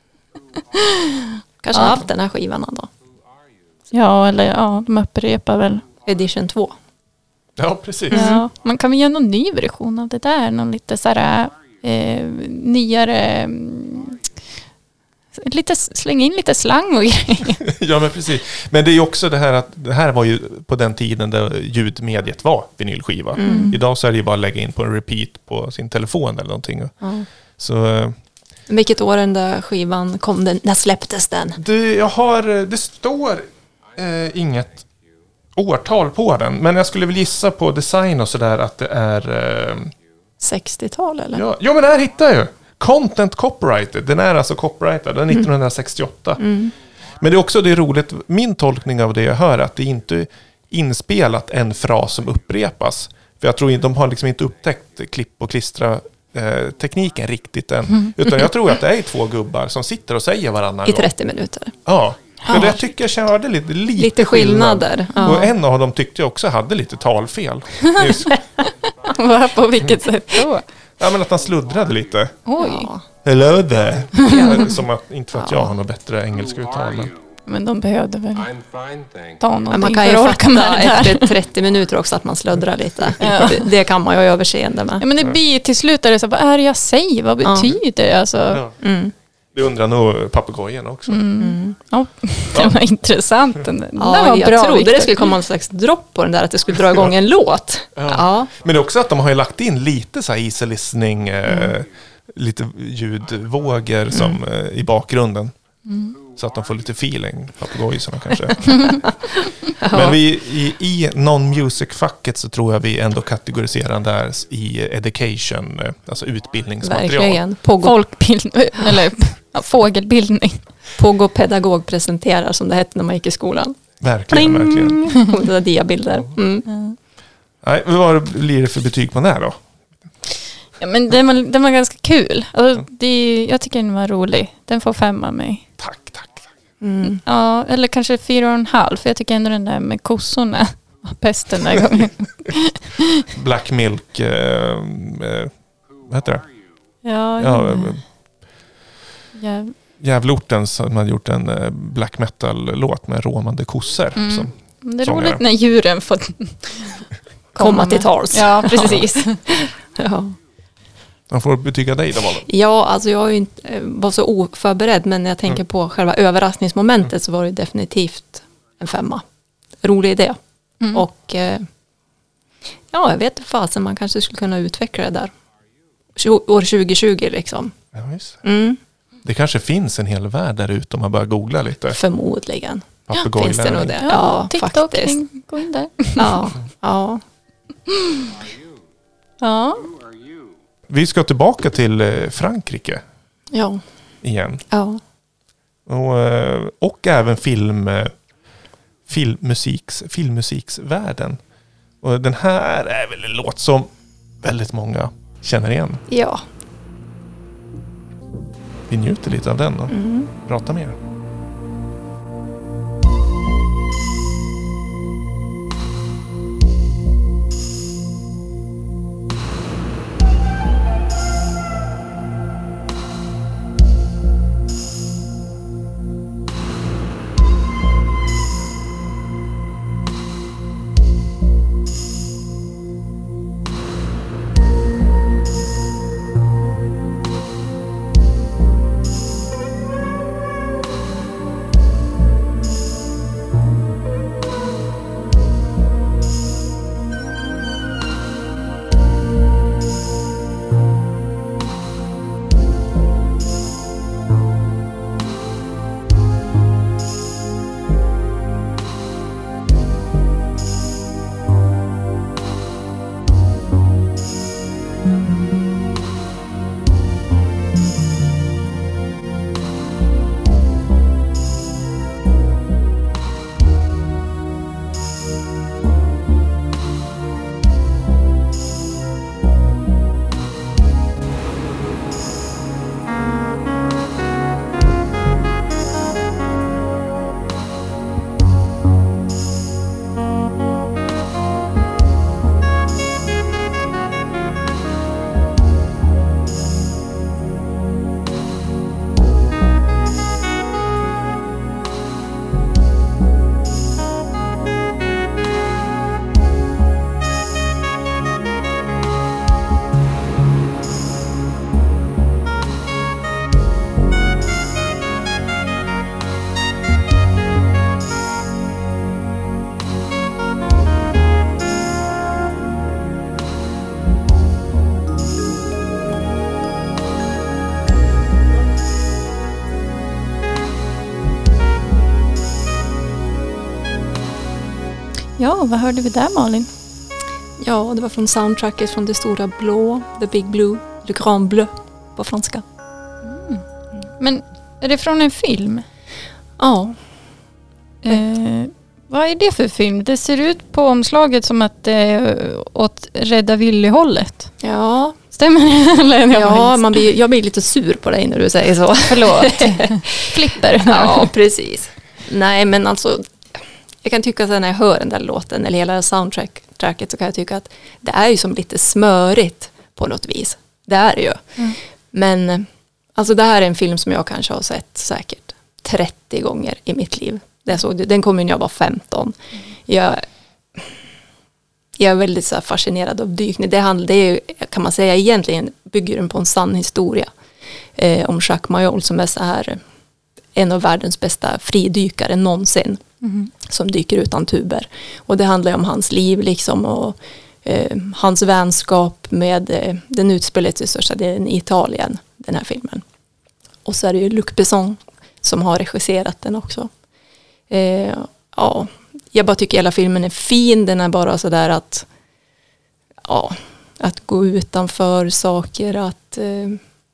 Kanske Ja. haft den här skivan då. Ja, eller ja, de upprepar väl. Edition två. Ja, precis. Ja, man kan väl göra någon ny version av det där. Någon lite så här eh, nyare mm, Lite, släng in lite slang och grejer. Ja, men precis. Men det är ju också det här att det här var ju på den tiden där ljudmediet var vinylskiva. Mm. Idag så är det ju bara att lägga in på en repeat på sin telefon eller någonting. Ja. Så eh, Vilket år den där skivan kom? Den, när släpptes den? det, jag har, det står eh, inget årtal på den. Men jag skulle väl gissa på design och sådär att det är... Eh, sextiotal eller? ja, ja, men det här hittar jag ju. Content copyrighted. Den är alltså copyrightad. Den är nittonhundrasextioåtta. Mm. Men det är också det är roligt. Min tolkning av det jag hör är att det inte är inspelat en fras som upprepas. För jag tror inte de har liksom inte upptäckt klipp och klistra eh, tekniken riktigt än. Mm. Utan jag tror att det är två gubbar som sitter och säger varannan I gång. trettio minuter. Ja. För jag tycker jag kände lite, lite, Lite skillnader. Ja. Och en av dem tyckte jag också hade lite talfel. Just, Vad, på vilket sätt då? ja, men att han sluddrade lite. Oj, Ja. Hello there. Som att, inte för att jag har något bättre engelska uttal. Men. men de behövde väl I'm fine, thanks. ta Men någonting man kan för ju att orka med fatta det där. efter trettio minuter också att man sluddrar lite. Ja. Det, det kan man ju ha överseende med. Ja, men det blir till slut är det så, vad är det jag säger? Vad Ja. betyder det? Alltså, Ja. Mm. Det undrar nog papegojorna också. Mm. ja, det var intressant. Den, den Ja, var jag bra, trodde Victor. det skulle komma någon slags dropp på den där, att det skulle dra igång en låt. Ja. Men det är också att de har ju lagt in lite så här easy listening, eh, lite ljudvågor som, eh, i bakgrunden. Så att de får lite feeling, papegojorna kanske. Men vi, i, i non-music-facket så tror jag vi ändå kategoriserar den där i education, eh, alltså utbildningsmaterial. Verkligen. Pågå, Folkbildning, eller ja, fågelbildning. pågå pedagog presenterar, som det hette när man gick i skolan. Verkligen, verkligen. Och det där diabilder. Mm. Nej, vad blir det för betyg på den här då? Ja, men den var, den var ganska kul. Alltså, det, jag tycker den var rolig. Den får fem av mig. Tack, tack, tack. Mm. Ja, eller kanske fyra och en halv. För jag tycker ändå den där med kossorna var pesten den gången. Black Milk, eh, eh, vad heter det? Ja, Ja, ja, eh, ja. Djävlorten som hade gjort en eh, black metal-låt med råmande kossor. Mm. Som, Det är sångare. roligt när djuren får Komma till med. tals. Ja, precis. Ja. man får betyga dig då, Malin. Ja, alltså jag är ju inte, eh, var så oförberedd, men när jag tänker på själva överraskningsmomentet så var det definitivt en femma. Rolig idé. Mm. Och eh, ja, jag vet inte fasen, man kanske skulle kunna utveckla det där. Tjo- År tjugo tjugo liksom. Ja, just. Mm, Det kanske finns en hel värld där ute om man börjar googla lite. förmodligen. Papegojlärare. Finns det nog det? Ja, Ja, TikTok, faktiskt. gå in där. Ja, ja. Ja, Vi ska tillbaka till eh, Frankrike Ja, igen. ja. Och, eh, och även film, eh, filmmusiks, filmmusiksvärlden. Och den här är väl en låt som väldigt många känner igen. Ja. Vi njuter lite av den och Mm. pratar mer. Ja, vad hörde vi där, Malin? Ja, det var från soundtracket från Det stora blå, The Big Blue, Le Grand Bleu på franska. Men är det från en film? Ja, Eh, vad är det för film? Det ser ut på omslaget som att det är åt Rädda Willy-hållet. ja, Stämmer det? Eller är jag ja bara- man blir, jag blir lite sur på dig när du säger så. Förlåt. Flipper. Ja, precis. Nej, men alltså, jag kan tycka att när jag hör den där låten eller hela soundtracket så kan jag tycka att det är ju som lite smörigt på något vis. Det är det ju. Mm. Men alltså det här är en film som jag kanske har sett säkert trettio gånger i mitt liv. Det såg du, den kom ju när jag var femton. Jag, jag är väldigt så här fascinerad av dykning. Det, handl, det är ju, kan man säga, egentligen bygger den på en sann historia eh, om Jacques Mayol som är så här en av världens bästa fridykare någonsin. Mm. Som dyker utan tuber. Och det handlar ju om hans liv liksom och eh, hans vänskap med eh, den utspelet till största delen i Italien, den här filmen. Och så är det ju Luc Besson som har regisserat den också. Eh, ja, jag bara tycker hela filmen är fin. Den är bara så där att ja, att gå utanför saker, att eh,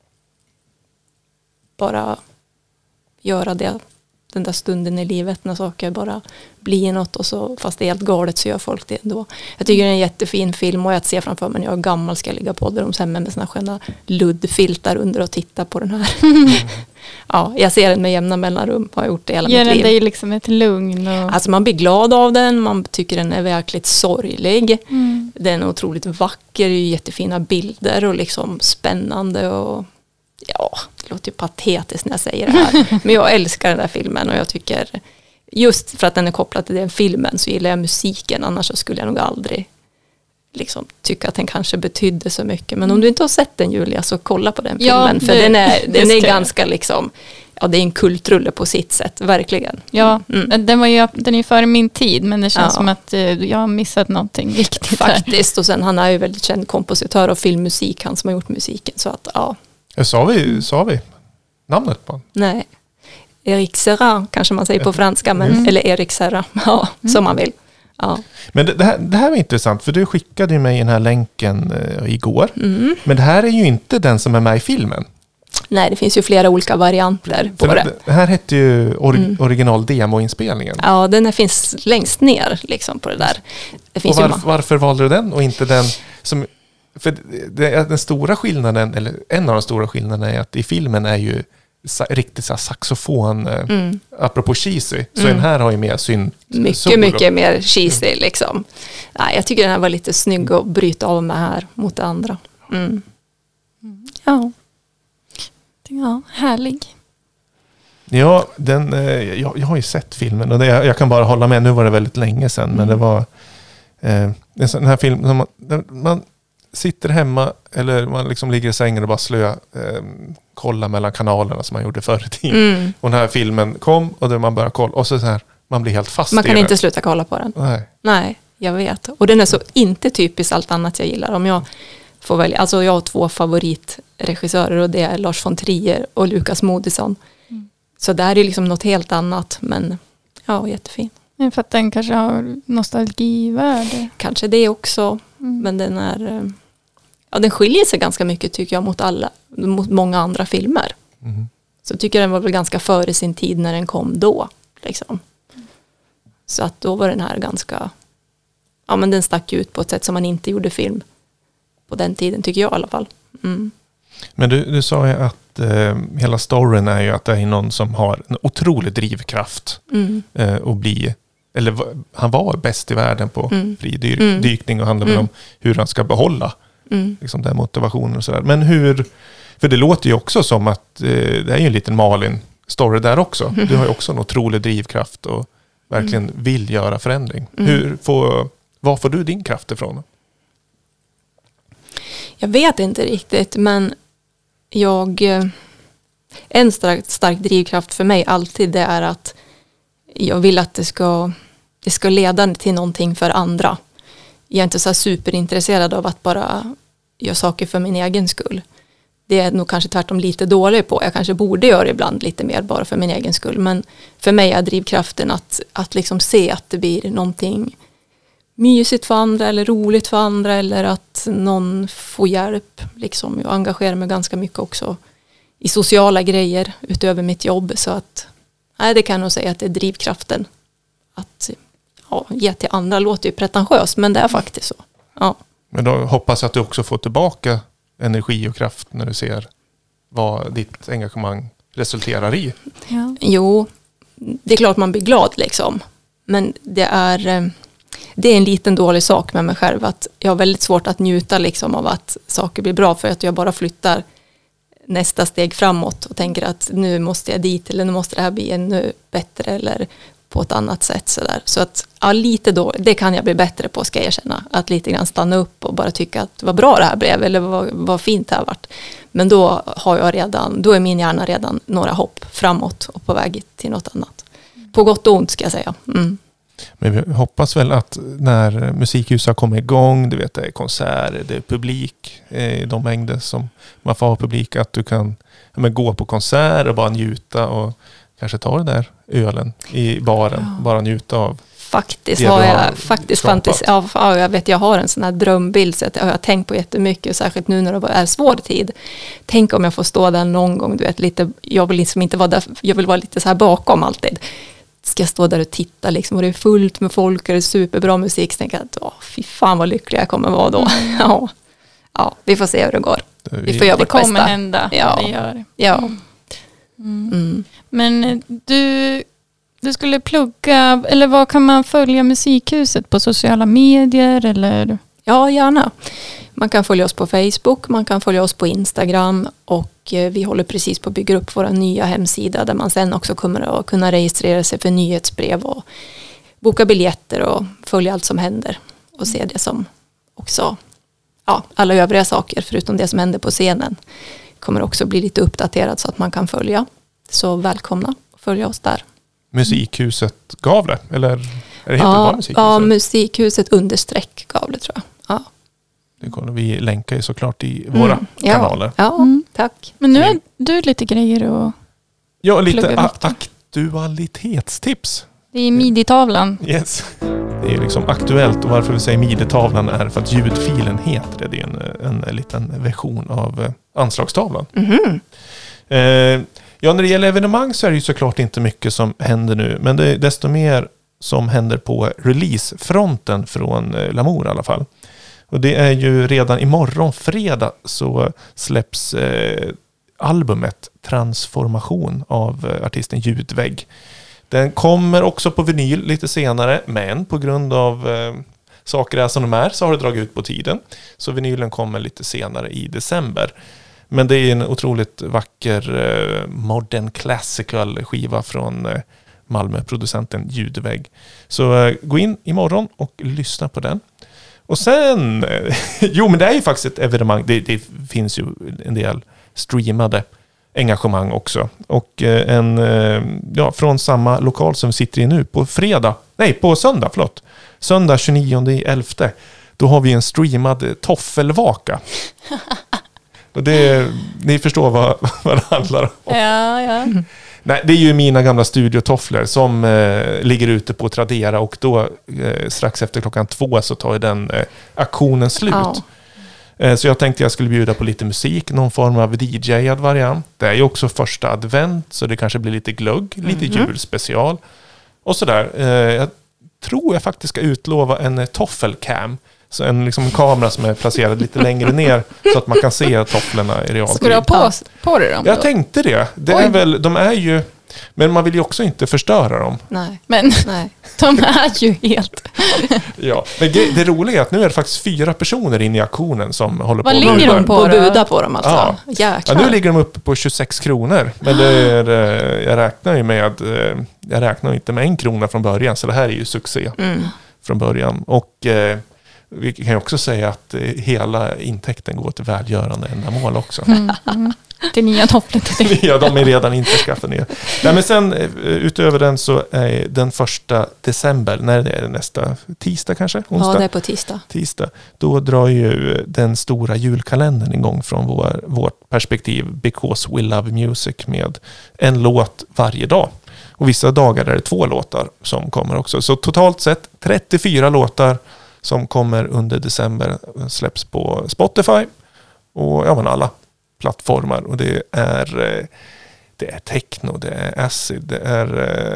bara göra det den där stunden i livet när saker bara blir något och så fast det är helt galet så gör folk det ändå. Jag tycker det är en jättefin film och jag ser framför mig när jag är gammal ska jag ligga på ålderdomshemmet med såna sköna luddfiltar under och titta på den här. Ja, jag ser den med jämna mellanrum, har gjort det hela Ger mitt den liv. dig liksom ett lugn? Och... Alltså man blir glad av den, man tycker den är verkligt sorglig. Mm. Den är otroligt vacker, det är jättefina bilder och liksom spännande och ja, det låter ju patetiskt när jag säger det här. Men jag älskar den där filmen och jag tycker just för att den är kopplad till den filmen så gillar jag musiken, annars så skulle jag nog aldrig liksom tycka att den kanske betydde så mycket. Men om du inte har sett den, Julia, så kolla på den Ja, filmen. För det- den är, det den ska är jag. ganska liksom, ja det är en kultrulle på sitt sätt, verkligen. Ja, Mm. den, var ju, den är ju före min tid men det känns Ja. som att eh, jag har missat någonting viktigt här. Faktiskt, och sen han är ju väldigt känd kompositör av filmmusik, han som har gjort musiken. Så att ja, Ja, Sa vi, sa vi namnet på honom? nej. Eric Serra kanske man säger på franska, men, Mm. eller Eric Serra, ja, som man vill. Ja. Men det, det, här, det här var intressant, för du skickade ju mig den här länken eh, igår. Mm. Men det här är ju inte den som är med i filmen. Nej, det finns ju flera olika varianter på För det. det, det här hette ju or, Mm. original demoinspelningen. Ja, den här finns längst ner liksom på det där. Det Och finns ju varför, ma- varför valde du den och inte den som... För det, är den stora skillnaden, eller en av de stora skillnaderna är att i filmen är ju sa, riktigt så här saxofon, eh, mm. apropå cheesy. Så Mm. den här har ju mer synt. mycket, solo. mycket mer cheesy liksom. Nej, jag tycker den här var lite snygg att bryta av med här mot det andra. Mm. Ja. Ja, härlig. Ja, den, eh, jag, jag har ju sett filmen och det, jag kan bara hålla med. Nu var det väldigt länge sedan, men det var eh, en sån här film. Man, man sitter hemma eller man liksom ligger i sängen och bara slö, eh, kolla mellan kanalerna som man gjorde förr i tiden. Mm. Och den här filmen kom och då man börjar kolla och så, så här, man blir helt fast Man i kan det. inte sluta kolla på den. Nej. Nej, jag vet. Och den är så inte typiskt allt annat jag gillar. Om jag får välja, alltså jag har två favoritregissörer och det är Lars von Trier och Lukas Moodysson. Mm. Så det här är liksom något helt annat, men ja, jättefin. Men för att den kanske har nostalgivärde. Kanske det också, Mm. men den är eh, ja, den skiljer sig ganska mycket tycker jag mot alla, mot många andra filmer. Mm. Så tycker jag den var väl ganska före sin tid när den kom då. Liksom. Så att då var den här ganska, ja men den stack ut på ett sätt som man inte gjorde film på den tiden, tycker jag i alla fall. Mm. Men du, du sa ju att eh, hela storyn är ju att det är någon som har en otrolig drivkraft Mm. eh, och bli, eller va- han var bäst i världen på Mm. fridykning och handlar väl Mm. om hur han ska behålla Mm. liksom, den motivationen och sådär. Men hur, för det låter ju också som att eh, det är ju en liten Malin-story där också. Du har ju också en otrolig drivkraft och verkligen vill göra förändring. Mm. Hur får, var får du din kraft ifrån? Jag vet inte riktigt, men jag, eh, en stark, stark drivkraft för mig alltid det är att jag vill att det ska, det ska leda till någonting för andra. Jag är inte så här superintresserad av att bara göra saker för min egen skull. Det är nog kanske tvärtom lite dålig på. Jag kanske borde göra ibland lite mer bara för min egen skull. Men för mig är drivkraften att, att liksom se att det blir någonting mysigt för andra eller roligt för andra eller att någon får hjälp. Liksom, jag engagerar mig ganska mycket också i sociala grejer utöver mitt jobb. Så att, nej, det kan jag nog säga att det är drivkraften. Att ja, ge till andra låter ju pretentiöst, men det är faktiskt så. Ja. Men då hoppas jag att du också får tillbaka energi och kraft när du ser vad ditt engagemang resulterar i. Ja. Jo, det är klart man blir glad liksom. Men det är, eh, det är en liten dålig sak med mig själv. Att jag har väldigt svårt att njuta liksom av att saker blir bra. För att jag bara flyttar nästa steg framåt. Och tänker att nu måste jag dit. Eller nu måste det här bli ännu bättre. Eller på ett annat sätt. Så, där. Så att ja, lite då, det kan jag bli bättre på, ska jag erkänna. Att lite grann stanna upp och bara tycka att vad bra det här blev. Eller vad, vad fint det här varit. Men då har jag redan, då är min hjärna redan några hopp framåt. Och på väg till något annat. På gott och ont, ska jag säga. Mm. Men vi hoppas väl att när musikhuset kommer igång, du vet det är konserter, det är publik, i de mängder som man får ha publik, att du kan ja, men gå på konsert och bara njuta och kanske ta den där ölen i baren, ja. Bara njuta av. Faktiskt det har du jag har faktiskt skapat. fantasi, ja, ja, jag vet jag har en sån här drömbild så att jag har tänkt på jättemycket, särskilt nu när det är svår tid. Tänk om jag får stå där någon gång, du vet lite, jag vill liksom inte vara där, jag vill vara lite så här bakom alltid. Ska jag stå där och titta liksom, och det är fullt med folk och det är superbra musik, så tänker jag att åh, fy fan vad lycklig jag kommer vara då. Mm. ja. ja, vi får se hur det går. Det, vi får göra det vårt bästa. kommer hända, ja. det gör det. Ja. Mm. Mm. Men du, du skulle plugga, eller vad kan man följa musikhuset på sociala medier eller? Ja, gärna. Man kan följa oss på Facebook, man kan följa oss på Instagram och vi håller precis på att bygga upp vår nya hemsida där man sen också kommer att kunna registrera sig för nyhetsbrev och boka biljetter och följa allt som händer och se det som också, ja, alla övriga saker förutom det som händer på scenen kommer också bli lite uppdaterat så att man kan följa. Så välkomna att följa oss där. Musikhuset Gavle, eller är det heter ja, bara Musikhuset? Ja, Musikhuset understreck Gavle tror jag. Ja. Det kommer vi länka i såklart i våra mm. ja. kanaler. Ja, Mm. tack. Men nu har du lite grejer och Ja, lite plugga a- Victor. aktualitetstips. det är midi-tavlan. Yes. Det är liksom aktuellt, och varför vi säger midi-tavlan är för att ljudfilen heter det. Det är en, en liten version av eh, anslagstavlan. Mhm. Eh, ja, när det gäller evenemang så är det ju såklart inte mycket som händer nu. Men det är desto mer som händer på releasefronten från eh, Lamour i alla fall. Och det är ju redan imorgon fredag så släpps eh, albumet Transformation av eh, artisten Ljudvägg. Den kommer också på vinyl lite senare, men på grund av eh, saker är som de är så har det dragit ut på tiden. Så vinylen kommer lite senare i december. Men det är en otroligt vacker eh, modern classical skiva från eh, Malmö-producenten Ljudvägg. Så eh, gå in imorgon och lyssna på den. Och sen, eh, jo men det är ju faktiskt ett evenemang, det, det finns ju en del streamade engagemang också. Och eh, en, eh, ja, från samma lokal som vi sitter i nu på fredag, nej på söndag, förlåt. Söndag tjugonionde elfte, då har vi en streamad toffelvaka. Och det, ni förstår vad, vad det handlar om. Ja, ja. Mm. Nej, det är ju mina gamla studiotofflor som eh, ligger ute på Tradera, och då eh, strax efter klockan två så tar ju den eh, aktionen slut. Ja. Eh, så jag tänkte jag skulle bjuda på lite musik, någon form av D J-ad variant. Det är ju också första advent så det kanske blir lite glögg, lite Mhm. julspecial och sådär. Eh, jag tror jag faktiskt ska utlova en eh, toffelcam. Så en liksom, kamera som är placerad lite längre ner så att man kan se tofflorna i realtid. Ska du ha på, på dig dem då? Jag tänkte det. det är Oj. väl, de är ju... Men man vill ju också inte förstöra dem. Nej, Men nej. de är ju helt... Ja. Men det, det roliga är att nu är det faktiskt fyra personer inne i aktionen som håller Vad på ligger budar. de på? Och då? buda på dem alltså. Ja. Jäklar. Ja, nu ligger de uppe på tjugosex kronor. Men det är, eh, jag räknar ju med... eh, Jag räknar inte med en krona från början. Så det här är ju succé Mm. från början. Och... Eh, vi kan ju också säga att eh, hela intäkten går till välgörande ändamål också. Mm, mm. Det nya tofflor till dig. Ja, de är redan införskaffade ner. Nej, men sen eh, utöver den så är den första december, när det är nästa tisdag kanske? Onsdag? Ja, det är på tisdag. tisdag. Då drar ju den stora julkalendern igång från vår, vårt perspektiv, Because We Love Music, med en låt varje dag. Och vissa dagar är det två låtar som kommer också. Så totalt sett trettiofyra låtar som kommer under december. Den släpps på Spotify och ja, men alla plattformar. Och det är, eh, det är techno, det är acid, det är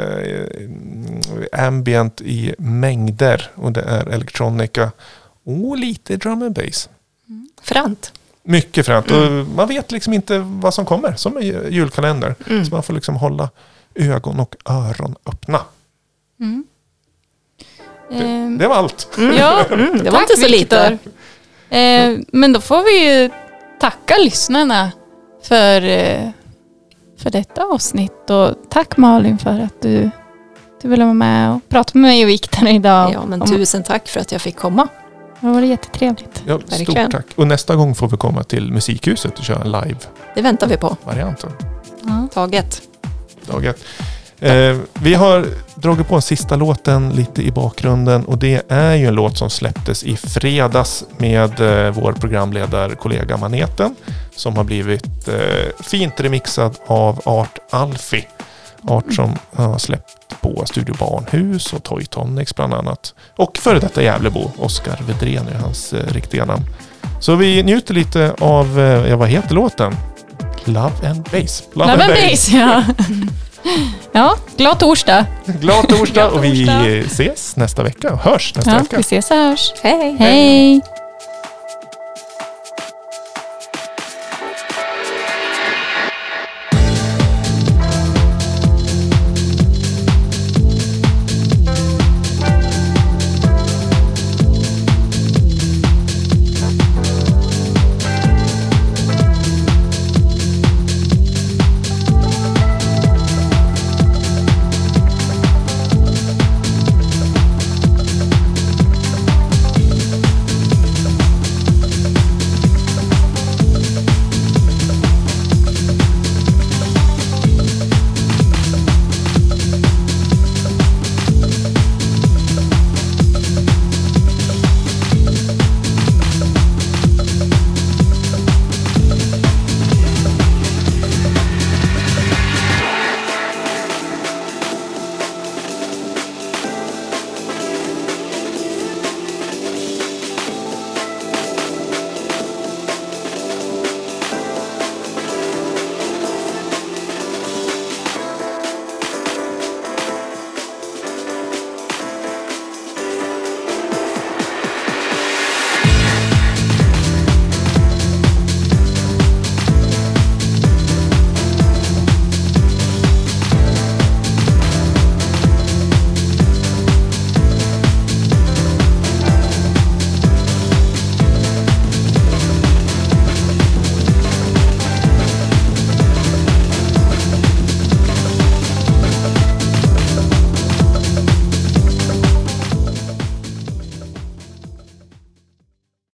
eh, ambient i mängder och det är elektronika och lite drum and bass. Frant. Mycket fränt. Mm. Och man vet liksom inte vad som kommer som en julkalender. Mm. Så man får liksom hålla ögon och öron öppna. Mm. Det, det var allt. Mm. Ja, mm, det var tack, inte så lite. Eh, men då får vi ju tacka lyssnarna för, eh, för detta avsnitt. Och tack Malin för att du, du ville vara med och prata med mig och Viktor idag. Ja, men om, tusen tack för att jag fick komma. Det var jättetrevligt. Ja, stort tack. Och nästa gång får vi komma till Musikhuset och köra live. Det väntar vi på. Varianten. Ja. Taget. Taget. Eh, vi har dragit på en sista låten lite i bakgrunden och det är ju en låt som släpptes i fredags med eh, vår programledarkollega Maneten som har blivit eh, fint remixad av Art Alfie. Art som har släppt på Studio Barnhus och Toy Tonics bland annat. Och före detta Gävlebo, Oskar Vedrén är hans eh, riktiga namn. Så vi njuter lite av, eh, ja, vad heter låten? Love and Bass. Love, Love and Bass, bass ja. Ja, glad torsdag. Glad torsdag och vi ses nästa vecka och hörs nästa ja, vecka. Vi ses och hörs. Hej. Hej.